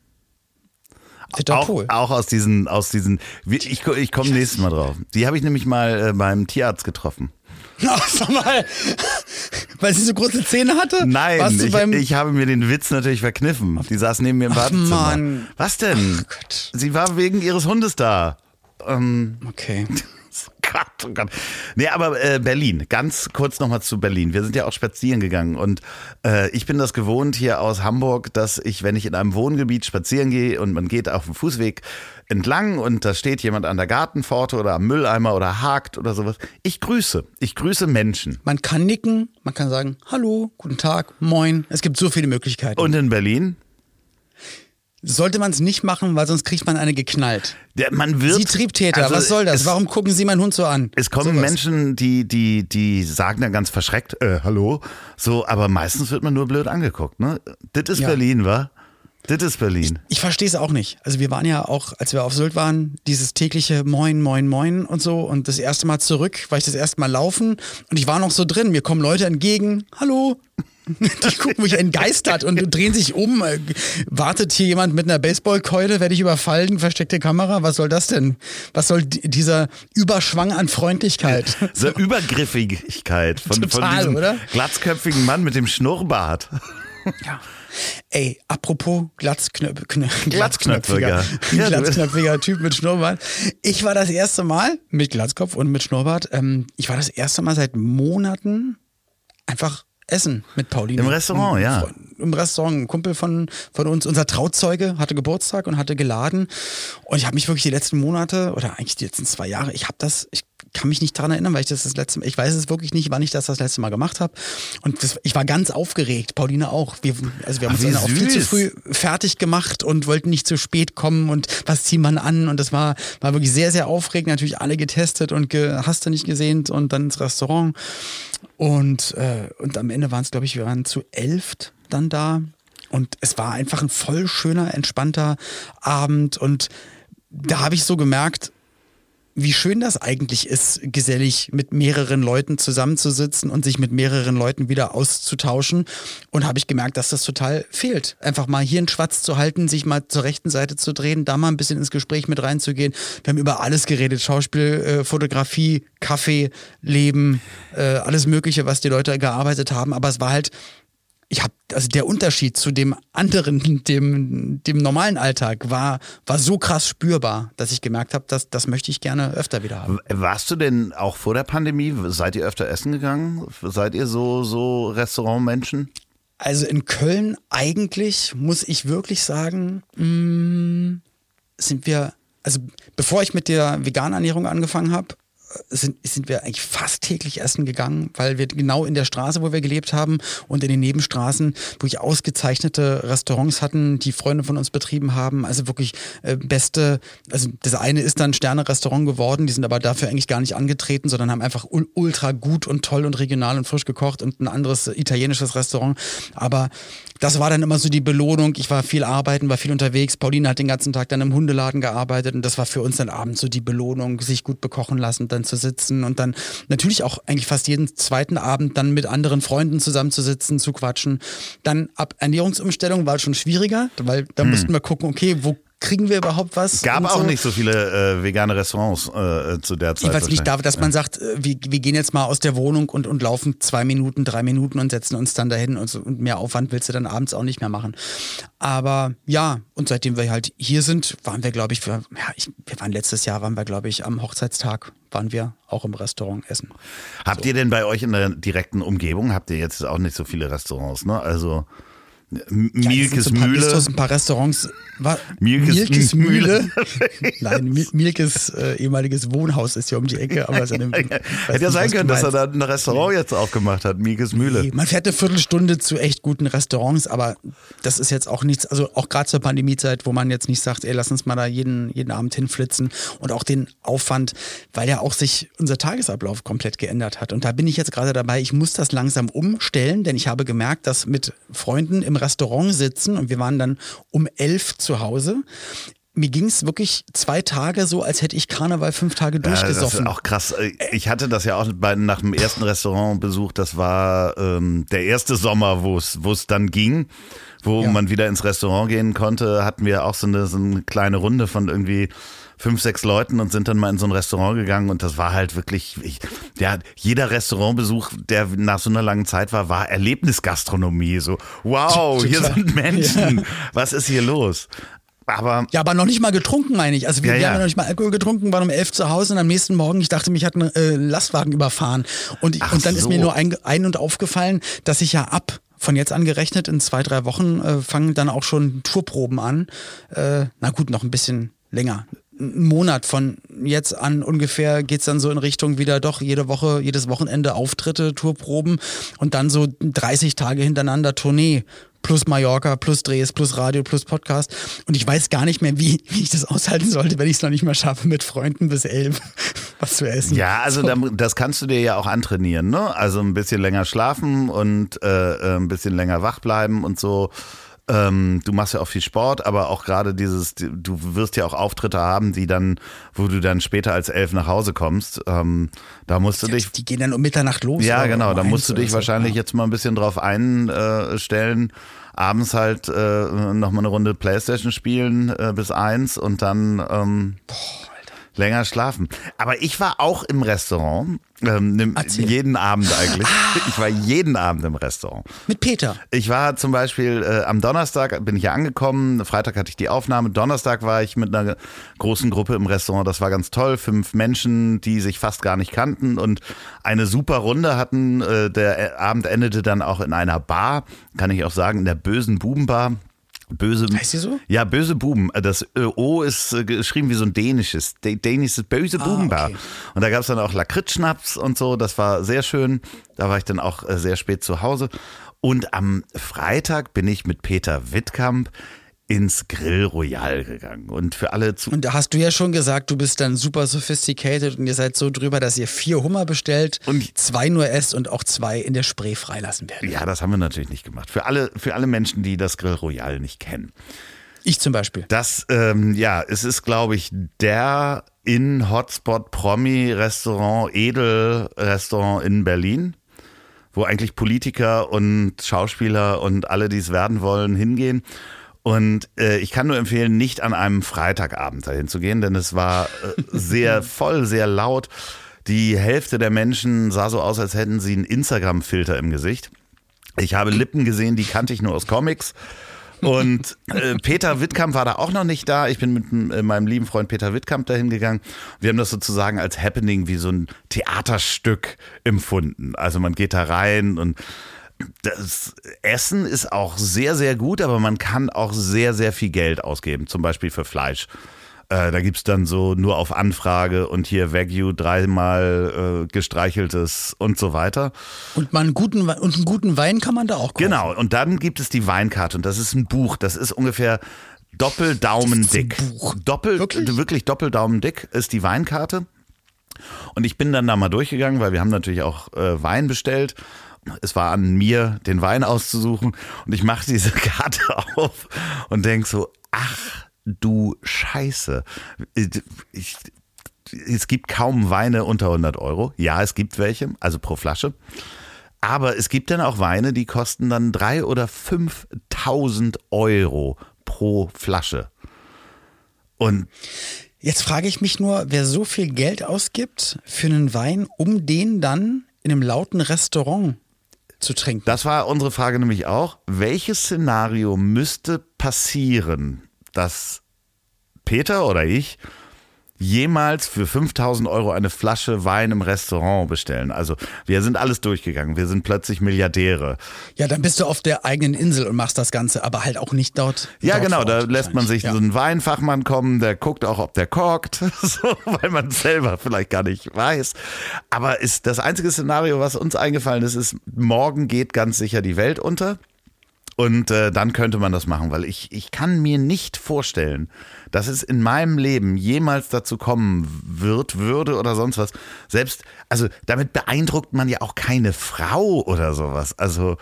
A: Auch,
B: Auch,
A: auch aus diesen, aus diesen, ich, ich komme nächstes Mal drauf. Die habe ich nämlich mal äh, beim Tierarzt getroffen.
B: Ach, sag mal, weil sie so große Zähne hatte?
A: Nein,
B: Warst du
A: ich,
B: beim
A: ich habe mir den Witz natürlich verkniffen. Die saß neben mir im Badezimmer.
B: Mann.
A: Was denn?
B: Ach Gott.
A: Sie war wegen ihres Hundes da. Ähm,
B: Okay.
A: Gott, oh Gott. Nee, aber äh, Berlin, ganz kurz nochmal zu Berlin. Wir sind ja auch spazieren gegangen und äh, ich bin das gewohnt hier aus Hamburg, dass ich, wenn ich in einem Wohngebiet spazieren gehe und man geht auf dem Fußweg entlang und da steht jemand an der Gartenpforte oder am Mülleimer oder hakt oder sowas. Ich grüße, ich grüße Menschen.
B: Man kann nicken, man kann sagen, hallo, guten Tag, moin. Es gibt so viele Möglichkeiten.
A: Und in Berlin?
B: Sollte man es nicht machen, weil sonst kriegt man eine geknallt.
A: Der, man wird,
B: Sie Triebtäter,
A: also
B: was soll das?
A: es,
B: Warum gucken Sie meinen Hund so an?
A: Es kommen
B: so
A: Menschen, die, die, die sagen dann ganz verschreckt, äh, hallo, so, aber meistens wird man nur blöd angeguckt, ne? Das ist
B: Ja.
A: Berlin, wa? Das ist Berlin.
B: Ich verstehe es auch nicht. Also wir waren ja auch, als wir auf Sylt waren, dieses tägliche Moin, Moin, Moin und so und das erste Mal zurück, war ich das erste Mal laufen und ich war noch so drin, mir kommen Leute entgegen, hallo. Die gucken mich entgeistert und drehen sich um. Wartet hier jemand mit einer Baseballkeule? Werde ich überfallen? Versteckte Kamera? Was soll das denn? Was soll d- dieser Überschwang an Freundlichkeit?
A: Diese Übergriffigkeit von,
B: Total,
A: von diesem
B: oder?
A: glatzköpfigen Mann mit dem Schnurrbart.
B: Ja. Ey, apropos Glatzknöp Knö
A: Glatzknöpfiger. Ja, du-
B: Glatzknöpfiger Typ mit Schnurrbart. Ich war das erste Mal mit Glatzkopf und mit Schnurrbart. Ähm, ich war das erste Mal seit Monaten einfach essen mit Pauline.
A: Im Restaurant,
B: Und
A: ja.
B: Freunden. im Restaurant. Ein Kumpel von, von uns, unser Trauzeuge, hatte Geburtstag und hatte geladen. Und ich habe mich wirklich die letzten Monate oder eigentlich die letzten zwei Jahre, ich habe das, ich kann mich nicht daran erinnern, weil ich das das letzte Mal, ich weiß es wirklich nicht, wann ich das das letzte Mal gemacht habe. Und das, ich war ganz aufgeregt, Pauline auch. Wir, also wir haben
A: Ach,
B: uns
A: wie
B: dann auch viel zu
A: süß.
B: früh fertig gemacht und wollten nicht zu spät kommen und was zieht man an. Und das war, war wirklich sehr, sehr aufregend. Natürlich alle getestet und ge, hast du nicht gesehen und dann ins Restaurant. Und, äh, und am Ende waren es, glaube ich, wir waren zu elft dann da. Und es war einfach ein voll schöner, entspannter Abend. Und da habe ich so gemerkt, wie schön das eigentlich ist, gesellig mit mehreren Leuten zusammenzusitzen und sich mit mehreren Leuten wieder auszutauschen. Und habe ich gemerkt, dass das total fehlt. Einfach mal hier einen Schwatz zu halten, sich mal zur rechten Seite zu drehen, da mal ein bisschen ins Gespräch mit reinzugehen. Wir haben über alles geredet. Schauspiel, äh, Fotografie, Kaffee, Leben, äh, alles Mögliche, was die Leute gearbeitet haben. Aber es war halt, ich habe, also der Unterschied zu dem anderen, dem, dem normalen Alltag war, war so krass spürbar, dass ich gemerkt habe, dass, das möchte ich gerne öfter wieder haben.
A: Warst du denn auch vor der Pandemie, seid ihr öfter essen gegangen? Seid ihr so, so Restaurantmenschen?
B: Also in Köln eigentlich, muss ich wirklich sagen, mh, sind wir, also bevor ich mit der veganen Ernährung angefangen habe, Sind, sind wir eigentlich fast täglich essen gegangen, weil wir genau in der Straße, wo wir gelebt haben und in den Nebenstraßen wirklich ausgezeichnete Restaurants hatten, die Freunde von uns betrieben haben. Also wirklich äh, beste, also das eine ist dann Sterne-Restaurant geworden, die sind aber dafür eigentlich gar nicht angetreten, sondern haben einfach ul- ultra gut und toll und regional und frisch gekocht und ein anderes italienisches Restaurant. Aber das war dann immer so die Belohnung. Ich war viel arbeiten, war viel unterwegs. Pauline hat den ganzen Tag dann im Hundeladen gearbeitet und das war für uns dann abends so die Belohnung, sich gut bekochen lassen, dann zu sitzen und dann natürlich auch eigentlich fast jeden zweiten Abend dann mit anderen Freunden zusammenzusitzen, zu quatschen. Dann ab Ernährungsumstellung war schon schwieriger, weil da hm. mussten wir gucken, okay, wo kriegen wir überhaupt was?
A: Gab auch
B: so.
A: nicht so viele äh, vegane Restaurants äh, zu der Zeit.
B: Ich weiß nicht, David, dass man sagt, äh, wir, wir gehen jetzt mal aus der Wohnung und, und laufen zwei Minuten, drei Minuten und setzen uns dann dahin und, so, und mehr Aufwand willst du dann abends auch nicht mehr machen. Aber ja, und seitdem wir halt hier sind, waren wir, glaube ich, wir, ja, ich, wir waren letztes Jahr, waren wir, glaube ich, am Hochzeitstag, waren wir auch im Restaurant essen.
A: Habt
B: so.
A: ihr denn bei euch in der direkten Umgebung, habt ihr jetzt auch nicht so viele Restaurants, ne? Also Mielkes
B: ja,
A: Mühle.
B: Ein paar Restaurants. War,
A: Mielkes,
B: Mielkes
A: Mühle.
B: Mühle. Nein, Mielkes äh, ehemaliges Wohnhaus ist ja um die Ecke. Aber es eine,
A: Hätte ja sein können, dass er da ein Restaurant jetzt aufgemacht hat, Mielkes Mühle.
B: Nee, man fährt eine Viertelstunde zu echt guten Restaurants, aber das ist jetzt auch nichts, also auch gerade zur Pandemiezeit, wo man jetzt nicht sagt, ey, lass uns mal da jeden, jeden Abend hinflitzen und auch den Aufwand, weil ja auch sich unser Tagesablauf komplett geändert hat. Und da bin ich jetzt gerade dabei, ich muss das langsam umstellen, denn ich habe gemerkt, dass mit Freunden im Restaurant sitzen und wir waren dann um elf zu Hause. Mir ging es wirklich zwei Tage so, als hätte ich Karneval fünf Tage durchgesoffen.
A: Ja, das ist auch krass. Ich hatte das ja auch bei, nach dem ersten Restaurantbesuch, das war ähm, der erste Sommer, wo es wo es dann ging, wo ja. man wieder ins Restaurant gehen konnte, hatten wir auch so eine, so eine kleine Runde von irgendwie fünf, sechs Leuten und sind dann mal in so ein Restaurant gegangen und das war halt wirklich, ich, ja, jeder Restaurantbesuch, der nach so einer langen Zeit war, war Erlebnisgastronomie. So, wow, hier sind Menschen, ja. Was ist hier los? Aber
B: ja, aber noch nicht mal getrunken, meine ich. Also wir,
A: ja,
B: wir
A: ja.
B: haben ja noch nicht mal Alkohol getrunken, waren um elf zu Hause und am nächsten Morgen, ich dachte, mich hat ein äh, Lastwagen überfahren. Und, ich, und dann so. ist mir nur ein, ein und aufgefallen, dass ich ja ab von jetzt an gerechnet in zwei, drei Wochen äh, fangen dann auch schon Tourproben an. Äh, na gut, noch ein bisschen länger. Einen Monat von jetzt an ungefähr geht's dann so in Richtung wieder doch jede Woche, jedes Wochenende Auftritte, Tourproben und dann so dreißig Tage hintereinander Tournee. Plus Mallorca, plus Drehs, plus Radio, plus Podcast. Und ich weiß gar nicht mehr, wie, wie ich das aushalten sollte, wenn ich es noch nicht mal schaffe, mit Freunden bis elf was zu essen.
A: Ja, also so. Das kannst du dir ja auch antrainieren, ne? Also ein bisschen länger schlafen und äh, ein bisschen länger wach bleiben und so. Ähm, du machst ja auch viel Sport, aber auch gerade dieses, du wirst ja auch Auftritte haben, die dann, wo du dann später als elf nach Hause kommst. Ähm, da musst du
B: ja,
A: dich.
B: Die gehen dann um Mitternacht los.
A: Ja, genau.
B: Um
A: da musst du dich wahrscheinlich
B: ja.
A: jetzt mal ein bisschen drauf einstellen. Abends halt äh, nochmal eine Runde Playstation spielen äh, bis eins und dann ähm,
B: Boah, Alter.
A: Länger schlafen. Aber ich war auch im Restaurant, ähm, jeden Abend eigentlich. Ich war jeden Abend im Restaurant.
B: Mit Peter?
A: Ich war zum Beispiel äh, am Donnerstag, bin ich ja angekommen, Freitag hatte ich die Aufnahme, Donnerstag war ich mit einer großen Gruppe im Restaurant, das war ganz toll, fünf Menschen, die sich fast gar nicht kannten und eine super Runde hatten. Äh, der Abend endete dann auch in einer Bar, kann ich auch sagen, in der Bösen Bubenbar. Böse,
B: heißt die so?
A: Ja, Böse Buben. Das O ist geschrieben wie so ein dänisches, dänisches Böse Bubenbar. Ah, okay. Und da gab es dann auch Lakritzschnaps und so, das war sehr schön. Da war ich dann auch sehr spät zu Hause. Und am Freitag bin ich mit Peter Wittkamp ins Grill Royal gegangen. Und für alle zu.
B: Und da hast du ja schon gesagt, du bist dann super sophisticated und ihr seid so drüber, dass ihr vier Hummer bestellt, und zwei nur esst und auch zwei in der Spree freilassen werdet.
A: Ja, das haben wir natürlich nicht gemacht. Für alle, für alle Menschen, die das Grill Royal nicht kennen.
B: Ich zum Beispiel.
A: Das, ähm, ja, es ist, glaube ich, der In-Hotspot-Promi-Restaurant, Edel-Restaurant in Berlin, wo eigentlich Politiker und Schauspieler und alle, die es werden wollen, hingehen. Und äh, ich kann nur empfehlen, nicht an einem Freitagabend dahin zu gehen, denn es war äh, sehr voll, sehr laut. Die Hälfte der Menschen sah so aus, als hätten sie einen Instagram-Filter im Gesicht. Ich habe Lippen gesehen, die kannte ich nur aus Comics. Und äh, Peter Wittkamp war da auch noch nicht da. Ich bin mit äh, meinem lieben Freund Peter Wittkamp dahin gegangen. Wir haben das sozusagen als Happening, wie so ein Theaterstück empfunden. Also man geht da rein und das Essen ist auch sehr, sehr gut, aber man kann auch sehr, sehr viel Geld ausgeben, zum Beispiel für Fleisch. Äh, da gibt's dann so nur auf Anfrage und hier Wagyu dreimal äh, gestreicheltes und so weiter.
B: Und, man einen guten, und einen guten Wein kann man da auch kaufen.
A: Genau, und dann gibt es die Weinkarte und das ist ein Buch, das ist ungefähr doppeldaumendick. Doppel, wirklich? wirklich doppeldaumendick ist die Weinkarte. Und ich bin dann da mal durchgegangen, weil wir haben natürlich auch äh, Wein bestellt. Es war an mir, den Wein auszusuchen und ich mache diese Karte auf und denk so, ach du Scheiße. Ich, es gibt kaum Weine unter hundert Euro. Ja, es gibt welche, also pro Flasche. Aber es gibt dann auch Weine, die kosten dann drei oder fünftausend Euro pro Flasche. Und
B: jetzt frage ich mich nur, wer so viel Geld ausgibt für einen Wein, um den dann in einem lauten Restaurant zu trinken.
A: Das war unsere Frage nämlich auch. Welches Szenario müsste passieren, dass Peter oder ich jemals für fünftausend Euro eine Flasche Wein im Restaurant bestellen? Also wir sind alles durchgegangen. Wir sind plötzlich Milliardäre.
B: Ja, dann bist du auf der eigenen Insel und machst das Ganze, aber halt auch nicht dort.
A: Ja,
B: dort
A: genau. Da lässt man sich
B: ja.
A: so einen Weinfachmann kommen, der guckt auch, ob der korkt, so, weil man es selber vielleicht gar nicht weiß. Aber ist das einzige Szenario, was uns eingefallen ist, ist, morgen geht ganz sicher die Welt unter. Und äh, dann könnte man das machen, weil ich, ich kann mir nicht vorstellen, dass es in meinem Leben jemals dazu kommen wird, würde oder sonst was. Selbst, also damit beeindruckt man ja auch keine Frau oder sowas. Also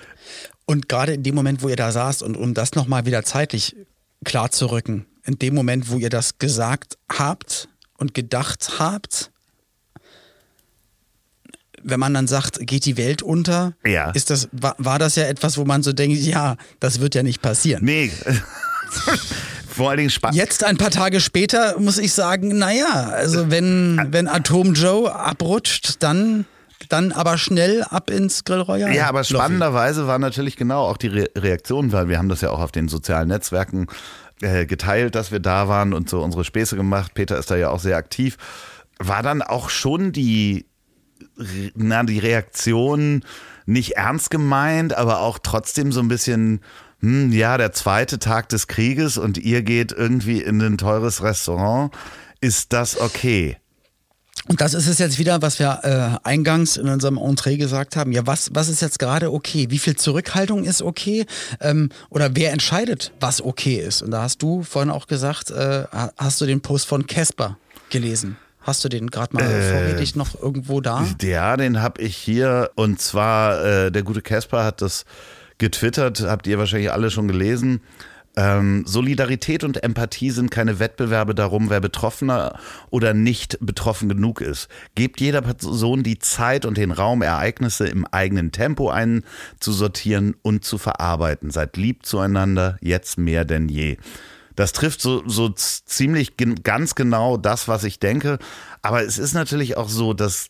B: und gerade in dem Moment, wo ihr da saßt und um das nochmal wieder zeitlich klar zu rücken, in dem Moment, wo ihr das gesagt habt und gedacht habt, wenn man dann sagt, geht die Welt unter,
A: ja.
B: ist das, war, war das ja etwas, wo man so denkt, ja, das wird ja nicht passieren.
A: Nee. Vor allen Dingen spannend.
B: Jetzt ein paar Tage später muss ich sagen, naja, also wenn, wenn Atom Joe abrutscht, dann, dann aber schnell ab ins Grill Royal.
A: Ja, aber spannenderweise war natürlich genau auch die Re- Reaktion, weil wir haben das ja auch auf den sozialen Netzwerken äh, geteilt, dass wir da waren und so unsere Späße gemacht. Peter ist da ja auch sehr aktiv. War dann auch schon die na, die Reaktion nicht ernst gemeint, aber auch trotzdem so ein bisschen, hm, ja, der zweite Tag des Krieges und ihr geht irgendwie in ein teures Restaurant. Ist das okay?
B: Und das ist es jetzt wieder, was wir äh, eingangs in unserem Entree gesagt haben. Ja, was, was ist jetzt gerade okay? Wie viel Zurückhaltung ist okay? Ähm, oder wer entscheidet, was okay ist? Und da hast du vorhin auch gesagt, äh, hast du den Post von Casper gelesen? Hast du den gerade mal äh, vorrätig noch irgendwo da?
A: Ja, den habe ich hier. Und zwar, äh, der gute Casper hat das getwittert, habt ihr wahrscheinlich alle schon gelesen. Ähm, Solidarität und Empathie sind keine Wettbewerbe darum, wer betroffener oder nicht betroffen genug ist. Gebt jeder Person die Zeit und den Raum, Ereignisse im eigenen Tempo einzusortieren und zu verarbeiten. Seid lieb zueinander, jetzt mehr denn je. Das trifft so, so ziemlich gen- ganz genau das, was ich denke. Aber es ist natürlich auch so, dass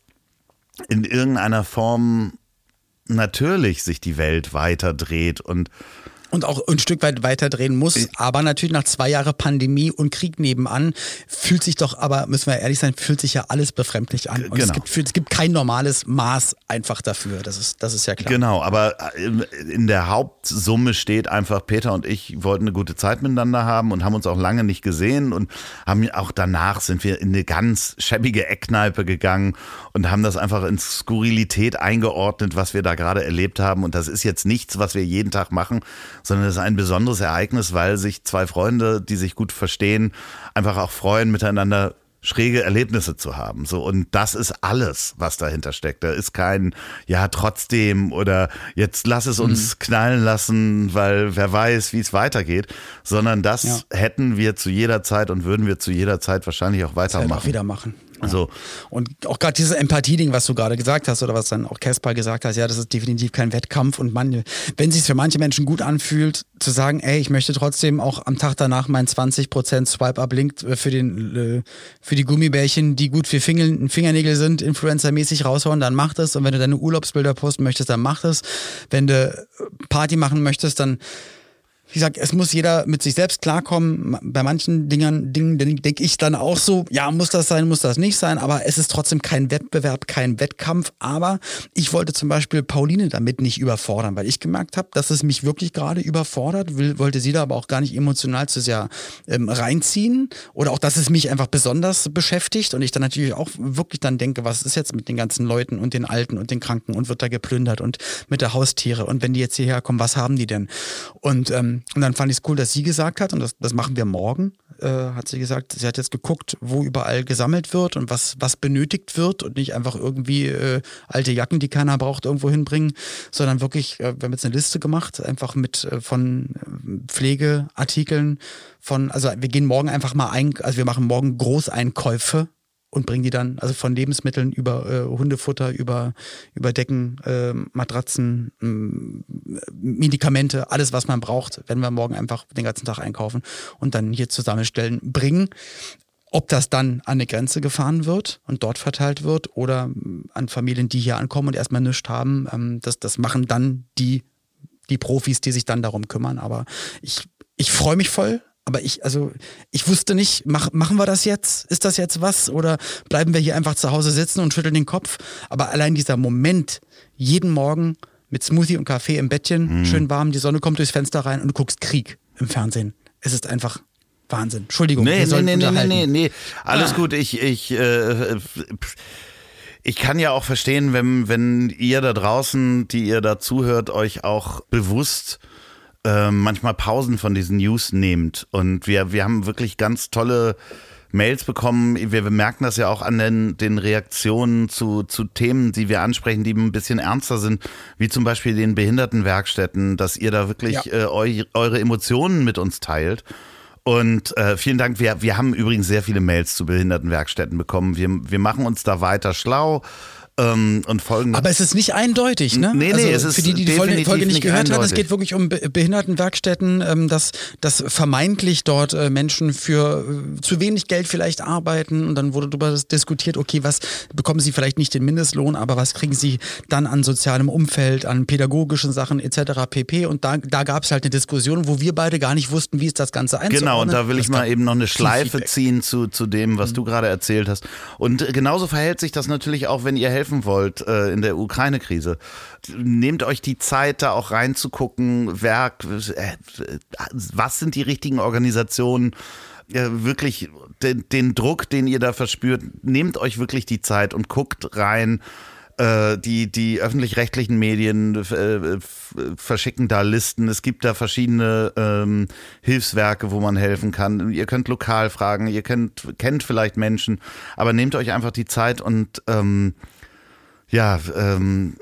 A: in irgendeiner Form natürlich sich die Welt weiter dreht und
B: Und auch ein Stück weit weiterdrehen muss. Aber natürlich nach zwei Jahren Pandemie und Krieg nebenan fühlt sich doch, aber müssen wir ehrlich sein, fühlt sich ja alles befremdlich an. Und
A: genau.
B: es, gibt, es gibt kein normales Maß einfach dafür. Das ist, das ist ja klar.
A: Genau, aber in der Hauptsumme steht einfach, Peter und ich wollten eine gute Zeit miteinander haben und haben uns auch lange nicht gesehen und haben auch danach sind wir in eine ganz schäbige Eckkneipe gegangen und haben das einfach in Skurrilität eingeordnet, was wir da gerade erlebt haben. Und das ist jetzt nichts, was wir jeden Tag machen, sondern es ist ein besonderes Ereignis, weil sich zwei Freunde, die sich gut verstehen, einfach auch freuen, miteinander schräge Erlebnisse zu haben. So, und das ist alles, was dahinter steckt. Da ist kein, ja, trotzdem oder jetzt lass es uns mhm. knallen lassen, weil wer weiß, wie es weitergeht, sondern das ja. hätten wir zu jeder Zeit und würden wir zu jeder Zeit wahrscheinlich auch weitermachen.
B: Das halt auch wieder machen. Ja.
A: So.
B: Und auch gerade dieses Empathie-Ding, was du gerade gesagt hast oder was dann auch Caspar gesagt hat, ja, das ist definitiv kein Wettkampf und man, wenn es sich für manche Menschen gut anfühlt, zu sagen, ey, ich möchte trotzdem auch am Tag danach mein zwanzig Prozent Swipe-Up-Link für den für die Gummibärchen, die gut für Finger, Fingernägel sind, influencermäßig raushauen, dann mach das. Und wenn du deine Urlaubsbilder posten möchtest, dann mach das. Wenn du Party machen möchtest, dann wie gesagt, es muss jeder mit sich selbst klarkommen. Bei manchen Dingern, Dingen denke ich dann auch so, ja, muss das sein, muss das nicht sein, aber es ist trotzdem kein Wettbewerb, kein Wettkampf. Aber ich wollte zum Beispiel Pauline damit nicht überfordern, weil ich gemerkt habe, dass es mich wirklich gerade überfordert, will, wollte sie da aber auch gar nicht emotional zu sehr ähm, reinziehen oder auch, dass es mich einfach besonders beschäftigt und ich dann natürlich auch wirklich dann denke, was ist jetzt mit den ganzen Leuten und den Alten und den Kranken und wird da geplündert und mit der Haustiere und wenn die jetzt hierher kommen, was haben die denn? Und ähm, Und dann fand ich es cool, dass sie gesagt hat, und das, das machen wir morgen, äh, hat sie gesagt, sie hat jetzt geguckt, wo überall gesammelt wird und was, was benötigt wird und nicht einfach irgendwie äh, alte Jacken, die keiner braucht, irgendwo hinbringen, sondern wirklich, äh, wir haben jetzt eine Liste gemacht, einfach mit äh, von Pflegeartikeln, von, also wir gehen morgen einfach mal ein, also wir machen morgen Großeinkäufe und bringen die dann, also von Lebensmitteln über äh, Hundefutter, über, über Decken, äh, Matratzen, äh, Medikamente, alles, was man braucht, werden wir morgen einfach den ganzen Tag einkaufen und dann hier zusammenstellen, bringen. Ob das dann an eine Grenze gefahren wird und dort verteilt wird oder an Familien, die hier ankommen und erstmal nichts haben, ähm, das, das machen dann die, die Profis, die sich dann darum kümmern. Aber ich, ich freue mich voll. Aber ich, also, ich wusste nicht, mach, machen wir das jetzt? Ist das jetzt was? Oder bleiben wir hier einfach zu Hause sitzen und schütteln den Kopf? Aber allein dieser Moment, jeden Morgen mit Smoothie und Kaffee im Bettchen, mhm. schön warm, die Sonne kommt durchs Fenster rein und du guckst Krieg im Fernsehen. Es ist einfach Wahnsinn. Entschuldigung.
A: Nee,
B: wir
A: nee, nee, nee,
B: nee,
A: nee, nee. Alles ah. gut. Ich, ich, äh, ich kann ja auch verstehen, wenn, wenn ihr da draußen, die ihr da zuhört, euch auch bewusst manchmal Pausen von diesen News nehmt. Und wir, wir haben wirklich ganz tolle Mails bekommen. Wir, wir merken das ja auch an den, den Reaktionen zu, zu Themen, die wir ansprechen, die ein bisschen ernster sind, wie zum Beispiel den Behindertenwerkstätten, dass ihr da wirklich ja. äh, eu, eure Emotionen mit uns teilt. Und äh, vielen Dank. Wir, wir haben übrigens sehr viele Mails zu Behindertenwerkstätten bekommen. Wir, wir machen uns da weiter schlau. Ähm, und folgen.
B: Aber es ist nicht eindeutig, ne?
A: Nee, nee,
B: also
A: es ist
B: für die, die die Folge, Folge nicht, nicht gehört
A: eindeutig.
B: haben, es geht wirklich um Be- Behindertenwerkstätten, ähm, dass, dass vermeintlich dort äh, Menschen für äh, zu wenig Geld vielleicht arbeiten und dann wurde darüber diskutiert, okay, was bekommen sie vielleicht nicht den Mindestlohn, aber was kriegen sie dann an sozialem Umfeld, an pädagogischen Sachen et cetera pp. Und da, da gab es halt eine Diskussion, wo wir beide gar nicht wussten, wie ist das Ganze einzuordnen.
A: Genau, und da will
B: das
A: ich mal eben noch eine Schleife ziehen zu, zu dem, was mhm. du gerade erzählt hast. Und genauso verhält sich das natürlich auch, wenn ihr helfen wollt äh, in der Ukraine-Krise. Nehmt euch die Zeit, da auch reinzugucken, wer, äh, was sind die richtigen Organisationen, äh, wirklich den, den Druck, den ihr da verspürt, nehmt euch wirklich die Zeit und guckt rein. Äh, die, die öffentlich-rechtlichen Medien äh, verschicken da Listen. Es gibt da verschiedene ähm, Hilfswerke, wo man helfen kann. Ihr könnt lokal fragen, ihr könnt, kennt vielleicht Menschen, aber nehmt euch einfach die Zeit und ähm, ja, ähm,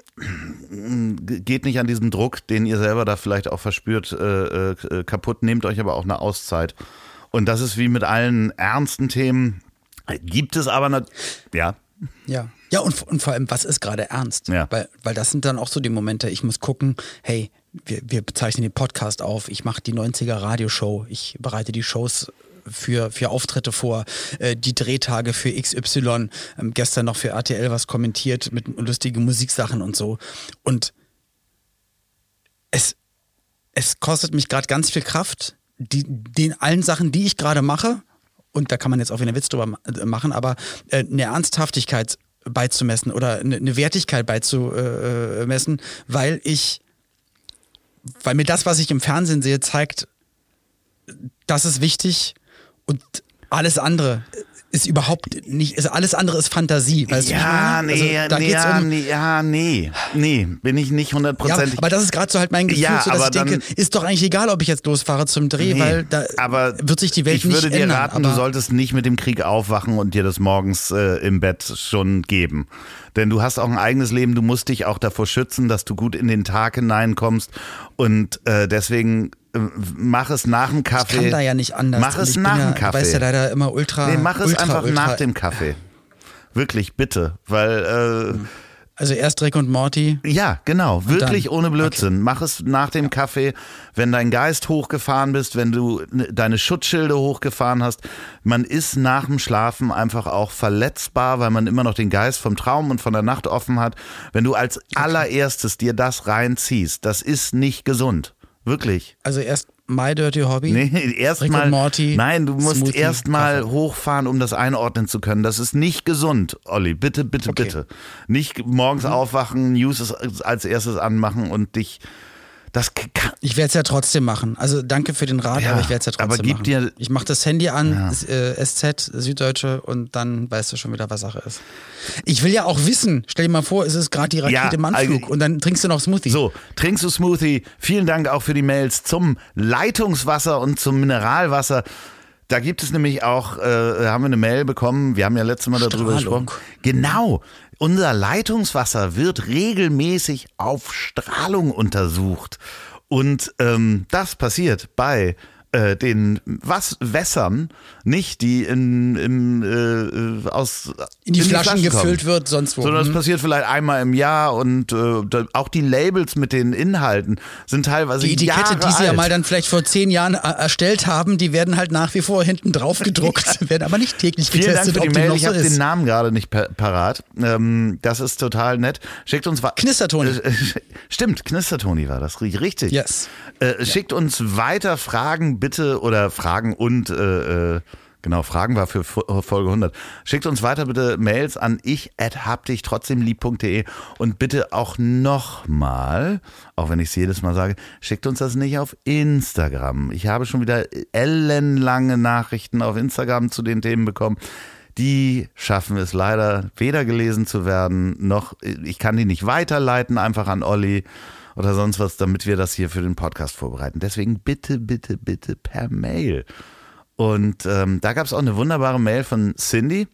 A: geht nicht an diesem Druck, den ihr selber da vielleicht auch verspürt, äh, äh, kaputt. Nehmt euch aber auch eine Auszeit. Und das ist wie mit allen ernsten Themen. Gibt es aber, eine, ja.
B: Ja. Ja, und, und vor allem, was ist gerade ernst?
A: Ja.
B: Weil, weil das sind dann auch so die Momente, ich muss gucken, hey, wir, wir bezeichnen den Podcast auf, ich mache die neunziger Radioshow, ich bereite die Shows für, für Auftritte vor, äh, die Drehtage für X Y, ähm, gestern noch für R T L was kommentiert mit lustigen Musiksachen und so. Und es, es kostet mich gerade ganz viel Kraft, die, den allen Sachen, die ich gerade mache, und da kann man jetzt auch wieder einen Witz drüber machen, aber äh, eine Ernsthaftigkeit beizumessen oder eine, eine Wertigkeit beizumessen, weil ich, weil mir das, was ich im Fernsehen sehe, zeigt, das ist wichtig und alles andere ist überhaupt nicht, also alles andere ist Fantasie. Weißt
A: ja,
B: du, also,
A: nee,
B: da
A: nee,
B: geht's
A: ja,
B: um,
A: nee, ja, nee, nee, bin ich nicht hundertprozentig.
B: Ja, aber das ist gerade so halt mein Gefühl,
A: Ja,
B: so, dass
A: aber
B: ich denke,
A: dann-
B: ist doch eigentlich egal, ob ich jetzt losfahre zum Dreh,
A: Nee,
B: weil da
A: aber
B: wird sich die Welt
A: ich
B: nicht
A: würde dir
B: ändern.
A: raten,
B: aber
A: du solltest nicht mit dem Krieg aufwachen und dir das morgens äh, im Bett schon geben. Denn du hast auch ein eigenes Leben, du musst dich auch davor schützen, dass du gut in den Tag hineinkommst und äh, deswegen äh, mach es nach dem Kaffee.
B: ich kann da ja nicht anders.
A: Mach
B: Und
A: es
B: ich bin
A: nach
B: ja,
A: dem
B: Du
A: Kaffee.
B: weißt ja leider immer ultra.
A: Nee, mach es
B: ultra,
A: einfach
B: ultra,
A: nach dem Kaffee. Wirklich, bitte, weil äh,
B: Also erst Rick und Morty.
A: ja, genau, wirklich
B: dann?
A: ohne Blödsinn. Mach es nach dem Kaffee, wenn dein Geist hochgefahren bist, wenn du ne- deine Schutzschilde hochgefahren hast. Man ist nach dem Schlafen einfach auch verletzbar, weil man immer noch den Geist vom Traum und von der Nacht offen hat. Wenn du als allererstes dir das reinziehst, das ist nicht gesund. Wirklich.
B: Also erst My Dirty Hobby.
A: Nee,
B: Rick und
A: erstmal.
B: Morty,
A: Nein, du musst
B: Smoothie,
A: erstmal
B: Kaffee.
A: hochfahren, um das einordnen zu können. Das ist nicht gesund, Olli. Bitte, bitte,
B: Okay.
A: bitte. Nicht morgens aufwachen, News als erstes anmachen und dich. Das kann.
B: Ich werde es ja trotzdem machen. Also danke für den Rat,
A: Ja,
B: aber ich werde es ja trotzdem
A: aber gib
B: machen.
A: dir-
B: ich mache das Handy an,
A: Ja.
B: S- äh, S Z, Süddeutsche, und dann weißt du schon wieder, was Sache ist. Ich will ja auch wissen, stell dir mal vor, es ist gerade die Rakete
A: Ja,
B: im Anflug
A: also-
B: und dann trinkst du noch Smoothie.
A: So, trinkst du Smoothie. Vielen Dank auch für die Mails zum Leitungswasser und zum Mineralwasser. Da gibt es nämlich auch, äh, haben wir eine Mail bekommen, wir haben ja letztes Mal darüber
B: Strahlung.
A: gesprochen. Genau, unser Leitungswasser wird regelmäßig auf Strahlung untersucht. Und ähm, das passiert bei äh, den Was Wässern, nicht die in, im, äh, aus
B: in die Flaschen
A: kommen.
B: gefüllt wird, sonst wo.
A: Sondern das
B: Hm.
A: passiert vielleicht einmal im Jahr und äh, da, auch die Labels mit den Inhalten sind teilweise
B: Die Etikette,
A: Jahre
B: die sie
A: alt.
B: ja mal dann vielleicht vor zehn Jahren äh, erstellt haben, die werden halt nach wie vor hinten drauf gedruckt, werden aber nicht täglich
A: Vielen Dank
B: getestet,
A: für die
B: ob die
A: Mail.
B: noch
A: Ich
B: so
A: habe den
B: ist.
A: Namen gerade nicht pa- parat. Ähm, das ist total nett. Schickt uns wa-
B: Knistertoni.
A: Äh, äh, stimmt, Knistertoni war das richtig.
B: Yes.
A: Äh, schickt uns weiter Fragen bitte oder Fragen und äh, äh, genau, Fragen war für Fo- Folge hundert. Schickt uns weiter bitte Mails an ich at habdich trotzdem lieb punkt de und bitte auch nochmal, auch wenn ich es jedes Mal sage, schickt uns das nicht auf Instagram. Ich habe schon wieder ellenlange Nachrichten auf Instagram zu den Themen bekommen. Die schaffen es leider weder gelesen zu werden, noch ich kann die nicht weiterleiten, einfach an Olli oder sonst was, damit wir das hier für den Podcast vorbereiten. Deswegen bitte, bitte, bitte per Mail. Und ähm, da gab es auch eine wunderbare Mail von Cindy,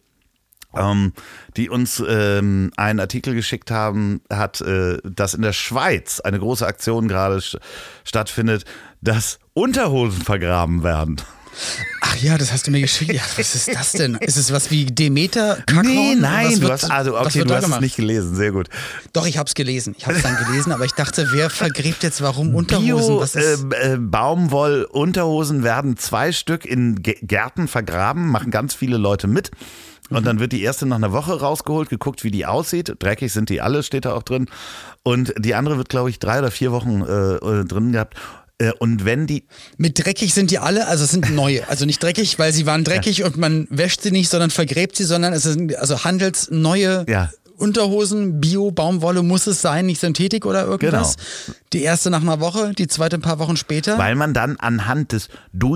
A: ähm, die uns ähm, einen Artikel geschickt haben, hat, äh, dass in der Schweiz eine große Aktion gerade st- stattfindet, dass Unterhosen vergraben werden.
B: Ach ja, das hast du mir geschickt. Ja, was ist das denn? Ist es was wie Demeter? Kackhorn?
A: Nee, nein,
B: Was
A: du
B: wird-
A: hast, also
B: was
A: okay,
B: wird
A: du
B: da
A: hast es
B: gemacht?
A: nicht gelesen, sehr gut.
B: Doch, ich hab's gelesen. Ich hab's dann gelesen, aber ich dachte, wer vergräbt jetzt warum Unterhosen? Was ist?
A: Bio, äh, äh, Baumwoll-Unterhosen werden zwei Stück in G- Gärten vergraben, machen ganz viele Leute mit. Und dann wird die erste nach einer Woche rausgeholt, geguckt, wie die aussieht. Dreckig sind die alle, steht da auch drin. Und die andere wird, glaube ich, drei oder vier Wochen äh, äh, drin gehabt. Äh, und wenn die,
B: Mit dreckig sind die alle, also es sind neue. Also nicht dreckig, weil sie waren dreckig und man wäscht sie nicht, sondern vergräbt sie, sondern es sind also handelsneue
A: Ja.
B: Unterhosen, Bio, Baumwolle muss es sein, nicht Synthetik oder irgendwas.
A: Genau.
B: Die erste nach einer Woche, die zweite ein paar Wochen später.
A: weil man dann anhand des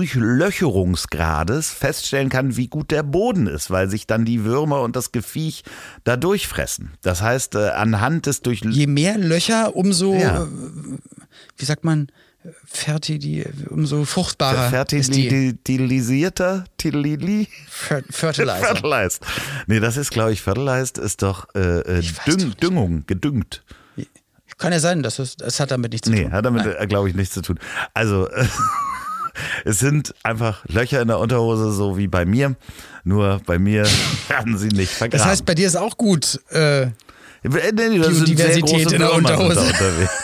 A: Durchlöcherungsgrades feststellen kann, wie gut der Boden ist, weil sich dann die Würmer und das Geviech da durchfressen. Das heißt, äh, anhand des Durch
B: Je mehr Löcher, umso,
A: Ja.
B: äh, wie sagt man, fertili, umso fruchtbarer ist die.
A: fertilisierter, tilili,
B: Fer Fertilizer.
A: fertilized. Nee, das ist, glaube ich, fertilized ist doch äh, äh,
B: Ich weiß
A: Düng,
B: doch nicht.
A: Düngung, gedüngt.
B: Kann ja sein, das, ist, das hat damit nichts zu
A: Nee,
B: tun.
A: hat damit,
B: Nein.
A: äh, glaube ich, nichts zu tun. Also, äh, es sind einfach Löcher in der Unterhose, so wie bei mir. Nur bei mir werden sie nicht vergraben.
B: Das heißt, bei dir ist auch gut. Äh,
A: Nee, nee, das sind sehr
B: Biodiversität
A: große
B: in der
A: Würmer sind da
B: Unterhose.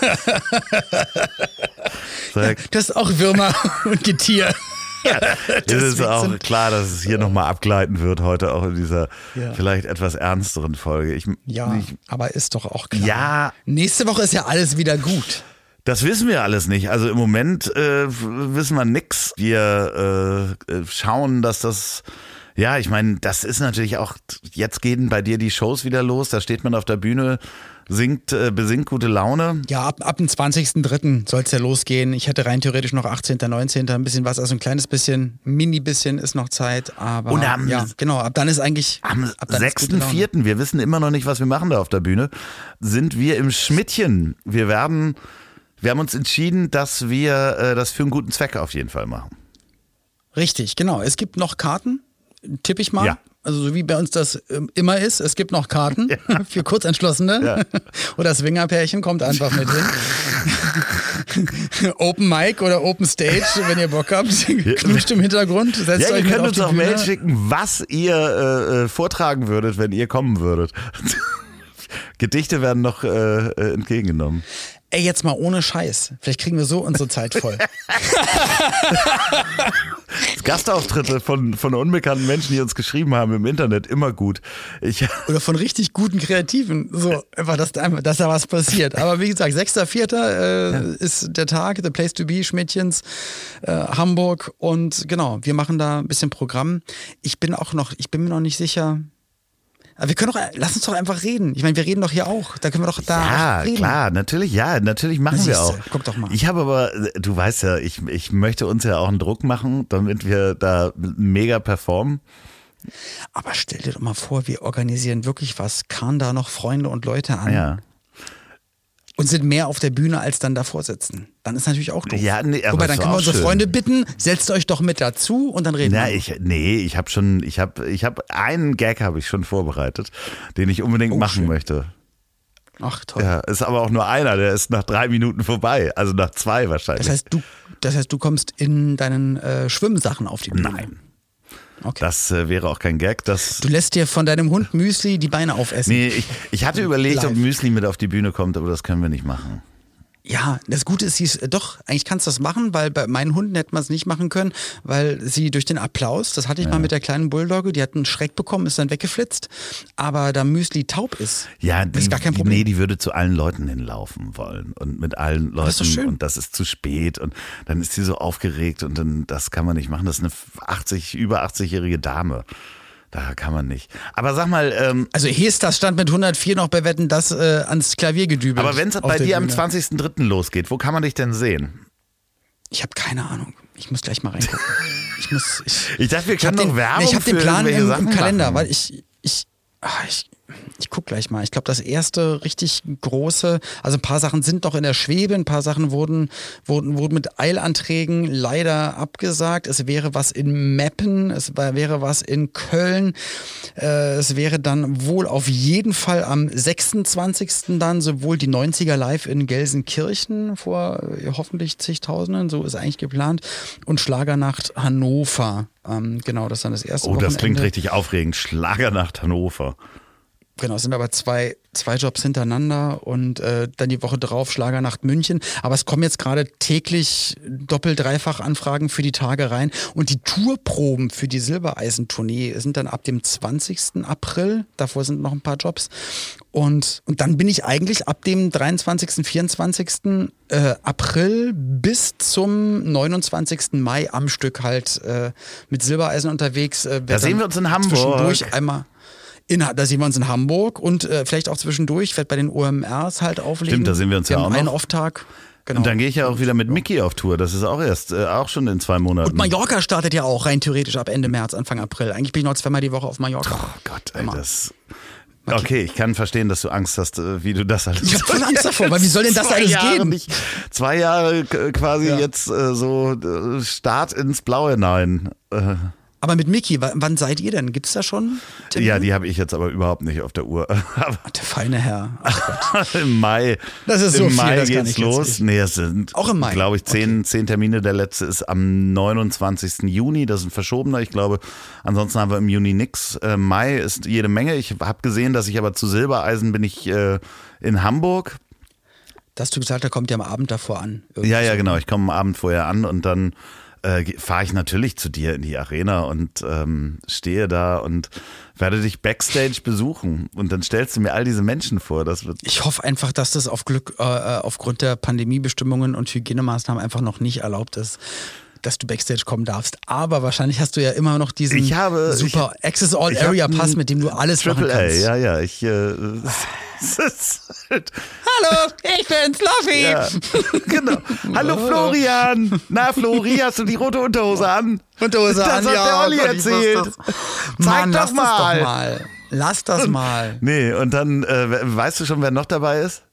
A: unterwegs.
B: Das ist auch Würmer und Getier.
A: Es ist
B: Deswegen
A: auch
B: sind-
A: klar, dass es hier nochmal abgleiten wird, heute auch in dieser
B: Ja.
A: vielleicht etwas ernsteren Folge. Ich,
B: Ja,
A: ich,
B: aber ist doch auch klar.
A: ja,
B: Nächste Woche ist ja alles wieder gut.
A: das wissen wir alles nicht. Also im Moment äh, wissen wir nix. Wir äh, schauen, dass das, ja, ich meine, das ist natürlich auch, jetzt gehen bei dir die Shows wieder los, da steht man auf der Bühne, singt, äh, besingt gute Laune.
B: Ja, ab, ab dem zwanzigsten dritten soll es ja losgehen. Ich hätte rein theoretisch noch achtzehnten neunzehnten ein bisschen was, also ein kleines bisschen, mini bisschen ist noch Zeit, aber
A: Und am-
B: ja, genau, ab dann ist eigentlich
A: Am
B: ab dann ist gute
A: sechsten
B: Laune.
A: vierten, wir wissen immer noch nicht, was wir machen da auf der Bühne, sind wir im Schmidtchen. Wir werden, wir haben uns entschieden, dass wir äh, das für einen guten Zweck auf jeden Fall machen.
B: Richtig, genau. Es gibt noch Karten, tippe ich mal.
A: Ja.
B: Also so wie bei uns das ähm, immer ist, es gibt noch Karten für Kurzentschlossene.
A: Ja.
B: Oder Swingerpärchen, kommt einfach mit hin. Open Mic oder Open Stage, wenn ihr Bock habt. Knutscht im Hintergrund, setzt
A: Ja,
B: euch
A: ihr
B: mit
A: könnt
B: auf
A: uns
B: die
A: auch
B: Bühne.
A: Mail schicken, was ihr äh, äh, vortragen würdet, wenn ihr kommen würdet. Gedichte werden noch äh, äh, entgegengenommen.
B: Ey, jetzt mal ohne Scheiß. Vielleicht kriegen wir so unsere Zeit voll.
A: Gastauftritte von, von unbekannten Menschen, die uns geschrieben haben im Internet, immer gut. Ich,
B: Oder von richtig guten Kreativen. So, einfach, dass, da einfach, dass da was passiert. Aber wie gesagt, sechster vierter Äh, ist der Tag, the place to be, Schmidtchens, äh, Hamburg. Und genau, wir machen da ein bisschen Programm. Ich bin auch noch, ich bin mir noch nicht sicher. Aber wir können doch, lass uns doch einfach reden. Ich meine, wir reden doch hier auch. Da können wir doch da
A: ja,
B: reden.
A: klar, natürlich, ja, natürlich machen
B: Na,
A: wir
B: siehste,
A: auch.
B: guck doch mal.
A: Ich habe aber, du weißt ja, ich, ich möchte uns ja auch einen Druck machen, damit wir da mega performen.
B: Aber stell dir doch mal vor, wir organisieren wirklich was, karren da noch Freunde und Leute an
A: Ja.
B: und sind mehr auf der Bühne, als dann davor sitzen. Dann ist natürlich auch doof.
A: Ja, nee, aber
B: Wobei,
A: ist
B: dann
A: doch
B: können wir
A: auch
B: unsere
A: schön.
B: Freunde bitten, setzt euch doch mit dazu und dann reden
A: Na,
B: wir.
A: ich, nee, ich habe schon, ich habe, ich habe einen Gag habe ich schon vorbereitet, den ich unbedingt
B: Oh,
A: machen
B: schön.
A: möchte.
B: Ach toll.
A: Ja, ist aber auch nur einer, der ist nach drei Minuten vorbei, also nach zwei wahrscheinlich.
B: Das heißt, du, das heißt, du kommst in deinen äh, Schwimmsachen auf die Bühne.
A: Nein.
B: Okay.
A: Das äh, wäre auch kein Gag. Das,
B: Du lässt dir von deinem Hund Müsli die Beine aufessen.
A: nee, ich, ich hatte überlegt, ob
B: Live.
A: Müsli mit auf die Bühne kommt, aber das können wir nicht machen.
B: Ja, das Gute ist, sie ist, äh, doch, eigentlich kannst du das machen, weil bei meinen Hunden hätte man es nicht machen können, weil sie durch den Applaus, das hatte ich mal mit der kleinen Bulldogge, die hat einen Schreck bekommen, ist dann weggeflitzt, aber da Müsli taub ist,
A: Ja, die,
B: ist gar kein
A: die-
B: Problem.
A: nee, die würde zu allen Leuten hinlaufen wollen und mit allen Leuten
B: ist doch schön.
A: und das ist zu spät und dann ist sie so aufgeregt und dann das kann man nicht machen. Das ist eine achtzig, über achtzigjährige Dame. Da kann man nicht. Aber sag mal, ähm,
B: Also Hestas stand mit hundertvier noch bei Wetten, das äh, ans Klavier gedübelt.
A: aber wenn es
B: auf
A: bei
B: der
A: dir am
B: Bühne.
A: zwanzigsten dritten losgeht, wo kann man dich denn sehen?
B: Ich habe keine Ahnung. Ich muss gleich mal reingucken. Ich muss. Ich,
A: Ich dachte, wir
B: ich hab
A: können
B: den,
A: doch Werbung
B: Ich habe den
A: für
B: Plan
A: irgendwelche
B: im,
A: Sachen
B: im Kalender,
A: machen.
B: weil ich ich ah, ich, ich guck gleich mal. Ich glaube, das erste richtig große, also ein paar Sachen sind noch in der Schwebe, ein paar Sachen wurden wurden wurden mit Eilanträgen leider abgesagt. Es wäre was in Meppen, es war, wäre was in Köln. Äh, es wäre dann wohl auf jeden Fall am sechsundzwanzigsten dann sowohl die neunziger Live in Gelsenkirchen vor äh, hoffentlich zigtausenden, so ist eigentlich geplant, und Schlagernacht Hannover. Ähm, genau, das ist dann das erste
A: Oh, das klingt
B: Wochenende.
A: richtig aufregend. Schlagernacht Hannover.
B: Genau, es sind aber zwei, zwei Jobs hintereinander und äh, dann die Woche drauf Schlagernacht München. Aber es kommen jetzt gerade täglich doppelt-, dreifach Anfragen für die Tage rein. Und die Tourproben für die Silbereisen-Tournee sind dann ab dem zwanzigsten April. Davor sind noch ein paar Jobs. Und, und dann bin ich eigentlich ab dem dreiundzwanzigsten, vierundzwanzigsten Äh, April bis zum neunundzwanzigsten Mai am Stück halt äh, mit Silbereisen unterwegs. Äh,
A: Da sehen wir uns in Hamburg.
B: Zwischendurch einmal. In, da sehen wir uns in Hamburg und äh, vielleicht auch zwischendurch. Ich werde bei den O M Rs halt auflegen.
A: Stimmt, da sehen wir uns ja
B: haben
A: auch noch.
B: einen Off-Tag. Genau.
A: Und dann gehe ich ja auch wieder mit Mickey auf Tour. Das ist auch erst, äh, auch schon in zwei Monaten.
B: Und Mallorca startet ja auch rein theoretisch ab Ende März, Anfang April. Eigentlich bin ich noch zweimal die Woche auf Mallorca.
A: Oh Gott, ey,
B: Immer.
A: das... Okay, ich kann verstehen, dass du Angst hast, äh, wie du das alles...
B: Ich hab voll Angst davor, weil wie soll denn das
A: Zwei
B: alles
A: Jahre
B: gehen?
A: Nicht, zwei Jahre äh, quasi
B: Ja.
A: jetzt äh, so äh, Start ins Blaue hinein. Äh,
B: Aber mit Micky, w- wann seid ihr denn? Gibt's da schon Termine?
A: Ja, die habe ich jetzt aber überhaupt nicht auf der Uhr.
B: Ach, der feine Herr. Ach,
A: Im Mai.
B: Das ist so
A: Im
B: viel,
A: Mai
B: das kann
A: geht's
B: ich jetzt
A: los.
B: nicht.
A: Nee, es sind,
B: Auch im Mai?
A: glaube ich, zehn,
B: Okay.
A: zehn Termine. Der letzte ist am neunundzwanzigsten Juni. Das ist ein verschobener. Ich glaube, ansonsten haben wir im Juni nix. Äh, Mai ist jede Menge. Ich habe gesehen, dass ich aber zu Silbereisen bin ich äh, in Hamburg.
B: Da hast du gesagt, da kommt ja am Abend davor an. Irgendwie
A: Ja, ja,
B: so.
A: genau. Ich komme am Abend vorher an und dann äh, fahre ich natürlich zu dir in die Arena und ähm, stehe da und werde dich Backstage besuchen. Und dann stellst du mir all diese Menschen vor. Das wird
B: Ich hoffe einfach, dass das auf Glück, äh, aufgrund der Pandemiebestimmungen und Hygienemaßnahmen einfach noch nicht erlaubt ist, dass du Backstage kommen darfst. Aber wahrscheinlich hast du ja immer noch diesen
A: Ich habe-
B: super
A: ich-
B: Access All
A: ich hab
B: Area
A: einen
B: Pass, mit dem du alles machen
A: Triple A,
B: kannst.
A: ja, ja. Ich, äh, es ist halt,
B: Hallo, ich bin's, Loffi.
A: ja, genau. Hallo Florian. Na Flori, hast du die rote Unterhose an?
B: Unterhose
A: Das
B: an,
A: hat
B: ja,
A: der Olli
B: Gott, ich
A: erzählt.
B: wusste es.
A: Zeig
B: Mann,
A: doch
B: lass
A: mal.
B: das doch mal. Lass das mal.
A: Nee, und dann, äh, weißt du schon, wer noch dabei ist?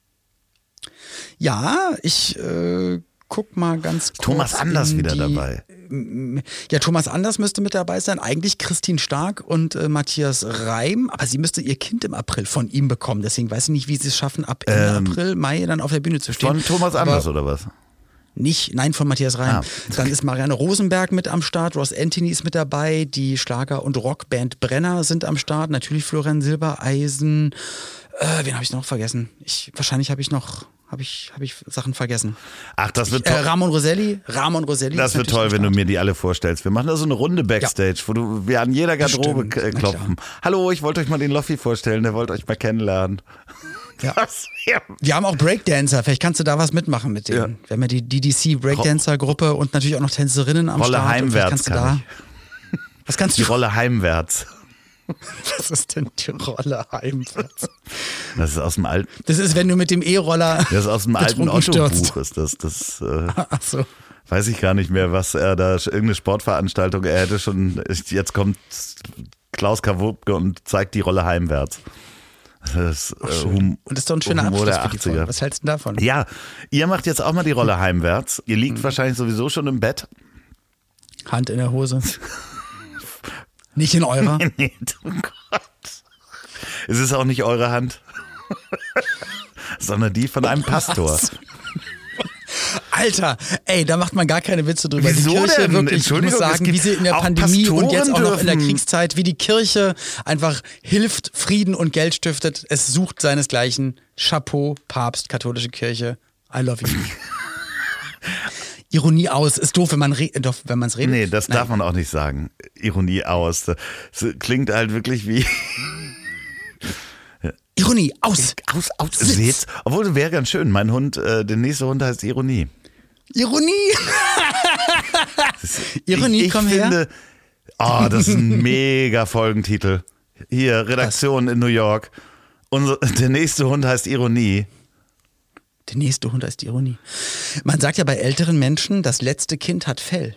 B: Ja, ich äh, guck mal ganz kurz.
A: Thomas Anders
B: in
A: wieder
B: die,
A: dabei.
B: Ja, Thomas Anders müsste mit dabei sein. Eigentlich Christine Stark und äh, Matthias Reim. Aber sie müsste ihr Kind im April von ihm bekommen. Deswegen weiß ich nicht, wie sie es schaffen, ab Ende
A: Ähm,
B: April, Mai dann auf der Bühne zu stehen.
A: Von Thomas
B: Aber
A: Anders oder was?
B: Nicht, nein, von Matthias Reim.
A: Ah.
B: Dann ist Marianne Rosenberg mit am Start, Ross Anthony ist mit dabei, die Schlager- und Rockband Brenner sind am Start, natürlich Florian Silbereisen. Äh, wen habe ich noch vergessen? Ich, wahrscheinlich habe ich noch, habe ich, habe ich Sachen vergessen.
A: Ach, das wird
B: Äh,
A: toll.
B: Ramon Roselli, Ramon Roselli.
A: Das
B: ist
A: wird
B: natürlich
A: toll,
B: am
A: wenn du
B: Start.
A: mir die alle vorstellst. Wir machen da so eine Runde Backstage, wo du, wir an jeder Garderobe
B: Bestimmt,
A: k-
B: na
A: klopfen. Hallo, ich wollte euch mal den Loffi vorstellen, der wollte euch mal kennenlernen.
B: Ja.
A: Das wär-
B: Wir haben auch Breakdancer, vielleicht kannst du da was mitmachen mit denen.
A: Ja.
B: Wir haben ja die D D C Breakdancer-Gruppe und natürlich auch noch Tänzerinnen am
A: Rolle
B: Start. Und vielleicht
A: heimwärts
B: kannst du
A: kann
B: da. Was kannst
A: Die
B: du?
A: Rolle heimwärts.
B: Was ist denn die Rolle heimwärts?
A: Das ist aus dem alten,
B: Das ist, wenn du mit dem E-Roller
A: das ist aus dem alten
B: betrunken stürzt.
A: Otto-Buch. Ist das, das äh,
B: Ach so.
A: weiß ich gar nicht mehr, was er da, irgendeine Sportveranstaltung, er hätte schon, jetzt kommt Klaus Kawupke und zeigt die Rolle heimwärts. Das, äh, hum,
B: Und das ist doch ein schöner
A: Humor
B: Abschluss
A: der
B: für die
A: achtziger.
B: Folge. Was hältst du denn davon?
A: Ja, ihr macht jetzt auch mal die Rolle heimwärts. Ihr
B: Mhm.
A: liegt wahrscheinlich sowieso schon im Bett.
B: Hand in der Hose. Nicht in eurer.
A: Nee, oh Gott. Es ist auch nicht eure Hand, sondern die von einem Pastor.
B: Alter, ey, da macht man gar keine Witze drüber.
A: Wieso
B: die Kirche
A: denn?
B: wirklich, ich
A: Entschuldigung,
B: muss
A: es
B: sagen,
A: gibt
B: wie sie in der
A: auch
B: Pandemie und jetzt auch
A: Pastoren
B: noch in der
A: dürfen-
B: Kriegszeit, wie die Kirche einfach hilft, Frieden und Geld stiftet. Es sucht seinesgleichen. Chapeau, Papst, katholische Kirche. I love you. Ironie aus, ist doof, wenn man re- doch, wenn man es redet.
A: Nee, das
B: Nein.
A: darf man auch nicht sagen. Ironie aus. Das klingt halt wirklich wie
B: Ironie aus.
A: aus, aus.
B: Sitz.
A: Seht's? Obwohl, wäre ganz schön. Mein Hund, äh, der nächste Hund heißt Ironie.
B: Ironie. Ironie,
A: ich, ich
B: komm
A: finde,
B: her.
A: Oh, das ist ein mega Folgentitel. Hier, Redaktion in New York. Unser, der nächste Hund heißt Ironie.
B: Der nächste Hund heißt Ironie. Man sagt ja bei älteren Menschen, das letzte Kind hat Fell.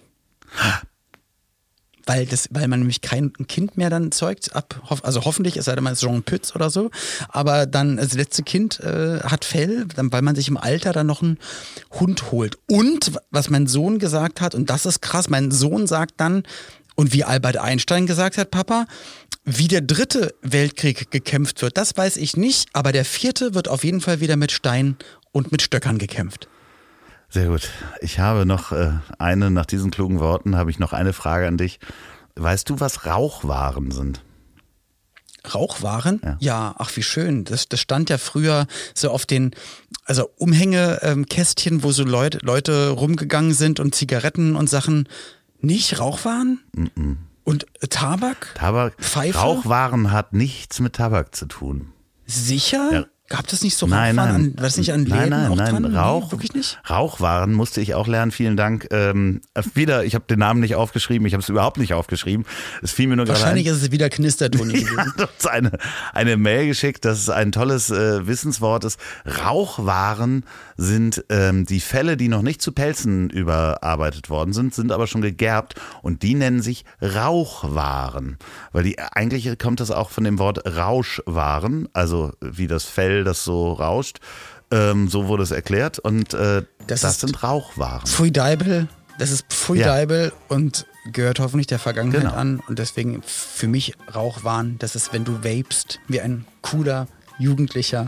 B: Weil, das, weil man nämlich kein Kind mehr dann zeugt, ab, also hoffentlich, es sei denn mal Jean Pütz oder so, aber dann das letzte Kind äh, hat Fell, dann, weil man sich im Alter dann noch einen Hund holt. Und was mein Sohn gesagt hat, und das ist krass, mein Sohn sagt dann, und wie Albert Einstein gesagt hat, Papa, wie der dritte Weltkrieg gekämpft wird, das weiß ich nicht, aber der vierte wird auf jeden Fall wieder mit Stein und mit Stöckern gekämpft.
A: Sehr gut. Ich habe noch äh, eine, nach diesen klugen Worten, habe ich noch eine Frage an dich. Weißt du, was Rauchwaren sind?
B: Rauchwaren?
A: Ja.
B: Ja, ach wie schön. Das, das stand ja früher so auf den also Umhängekästchen, ähm, wo so Leute, Leute rumgegangen sind und Zigaretten und Sachen. Nicht Rauchwaren? Mm-mm. Und äh, Tabak?
A: Tabak.
B: Pfeife?
A: Rauchwaren hat nichts mit Tabak zu tun.
B: Sicher?
A: Ja.
B: Gab das nicht so
A: Nein,
B: Rauchwaren?
A: nein.
B: An, war das nicht an
A: Nein,
B: Läden
A: nein,
B: auch
A: nein.
B: dran?
A: Rauch,
B: Nee, wirklich nicht?
A: Rauchwaren musste ich auch lernen, vielen Dank. Ähm, wieder, ich habe den Namen nicht aufgeschrieben, ich habe es überhaupt nicht aufgeschrieben. Es fiel mir nur gerade ein.
B: Wahrscheinlich ist es wieder Knistertoni gewesen.
A: Ja, hat uns eine, eine Mail geschickt, dass es ein tolles äh, Wissenswort ist. Rauchwaren sind ähm, die Felle, die noch nicht zu Pelzen überarbeitet worden sind, sind aber schon gegerbt und die nennen sich Rauchwaren. Weil die eigentlich kommt das auch von dem Wort Rauschwaren, also wie das Fell, das so rauscht. Ähm, so wurde es erklärt und äh, das,
B: Das ist-
A: sind Rauchwaren.
B: Pfui Deibel, Das ist Pfui
A: Ja.
B: Deibel und gehört hoffentlich der Vergangenheit
A: Genau.
B: an. Und deswegen für mich Rauchwahn, das ist, wenn du vapest, wie ein cooler Jugendlicher.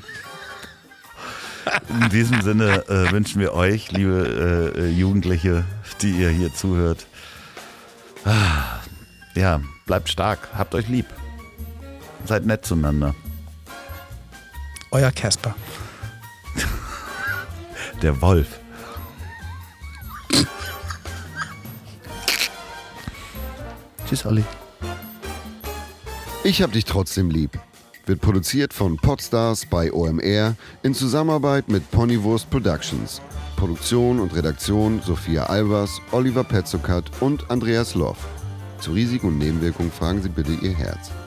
A: In diesem Sinne äh, wünschen wir euch, liebe äh, Jugendliche, die ihr hier zuhört, ah, ja, bleibt stark, habt euch lieb, seid nett zueinander.
B: Euer Casper.
A: Der Wolf. Tschüss, Olli.
E: Ich hab dich trotzdem lieb. Wird produziert von Podstars bei O M R in Zusammenarbeit mit Ponywurst Productions. Produktion und Redaktion Sophia Albers, Oliver Petzokat und Andreas Loff. Zu Risiken und Nebenwirkungen fragen Sie bitte Ihr Herz.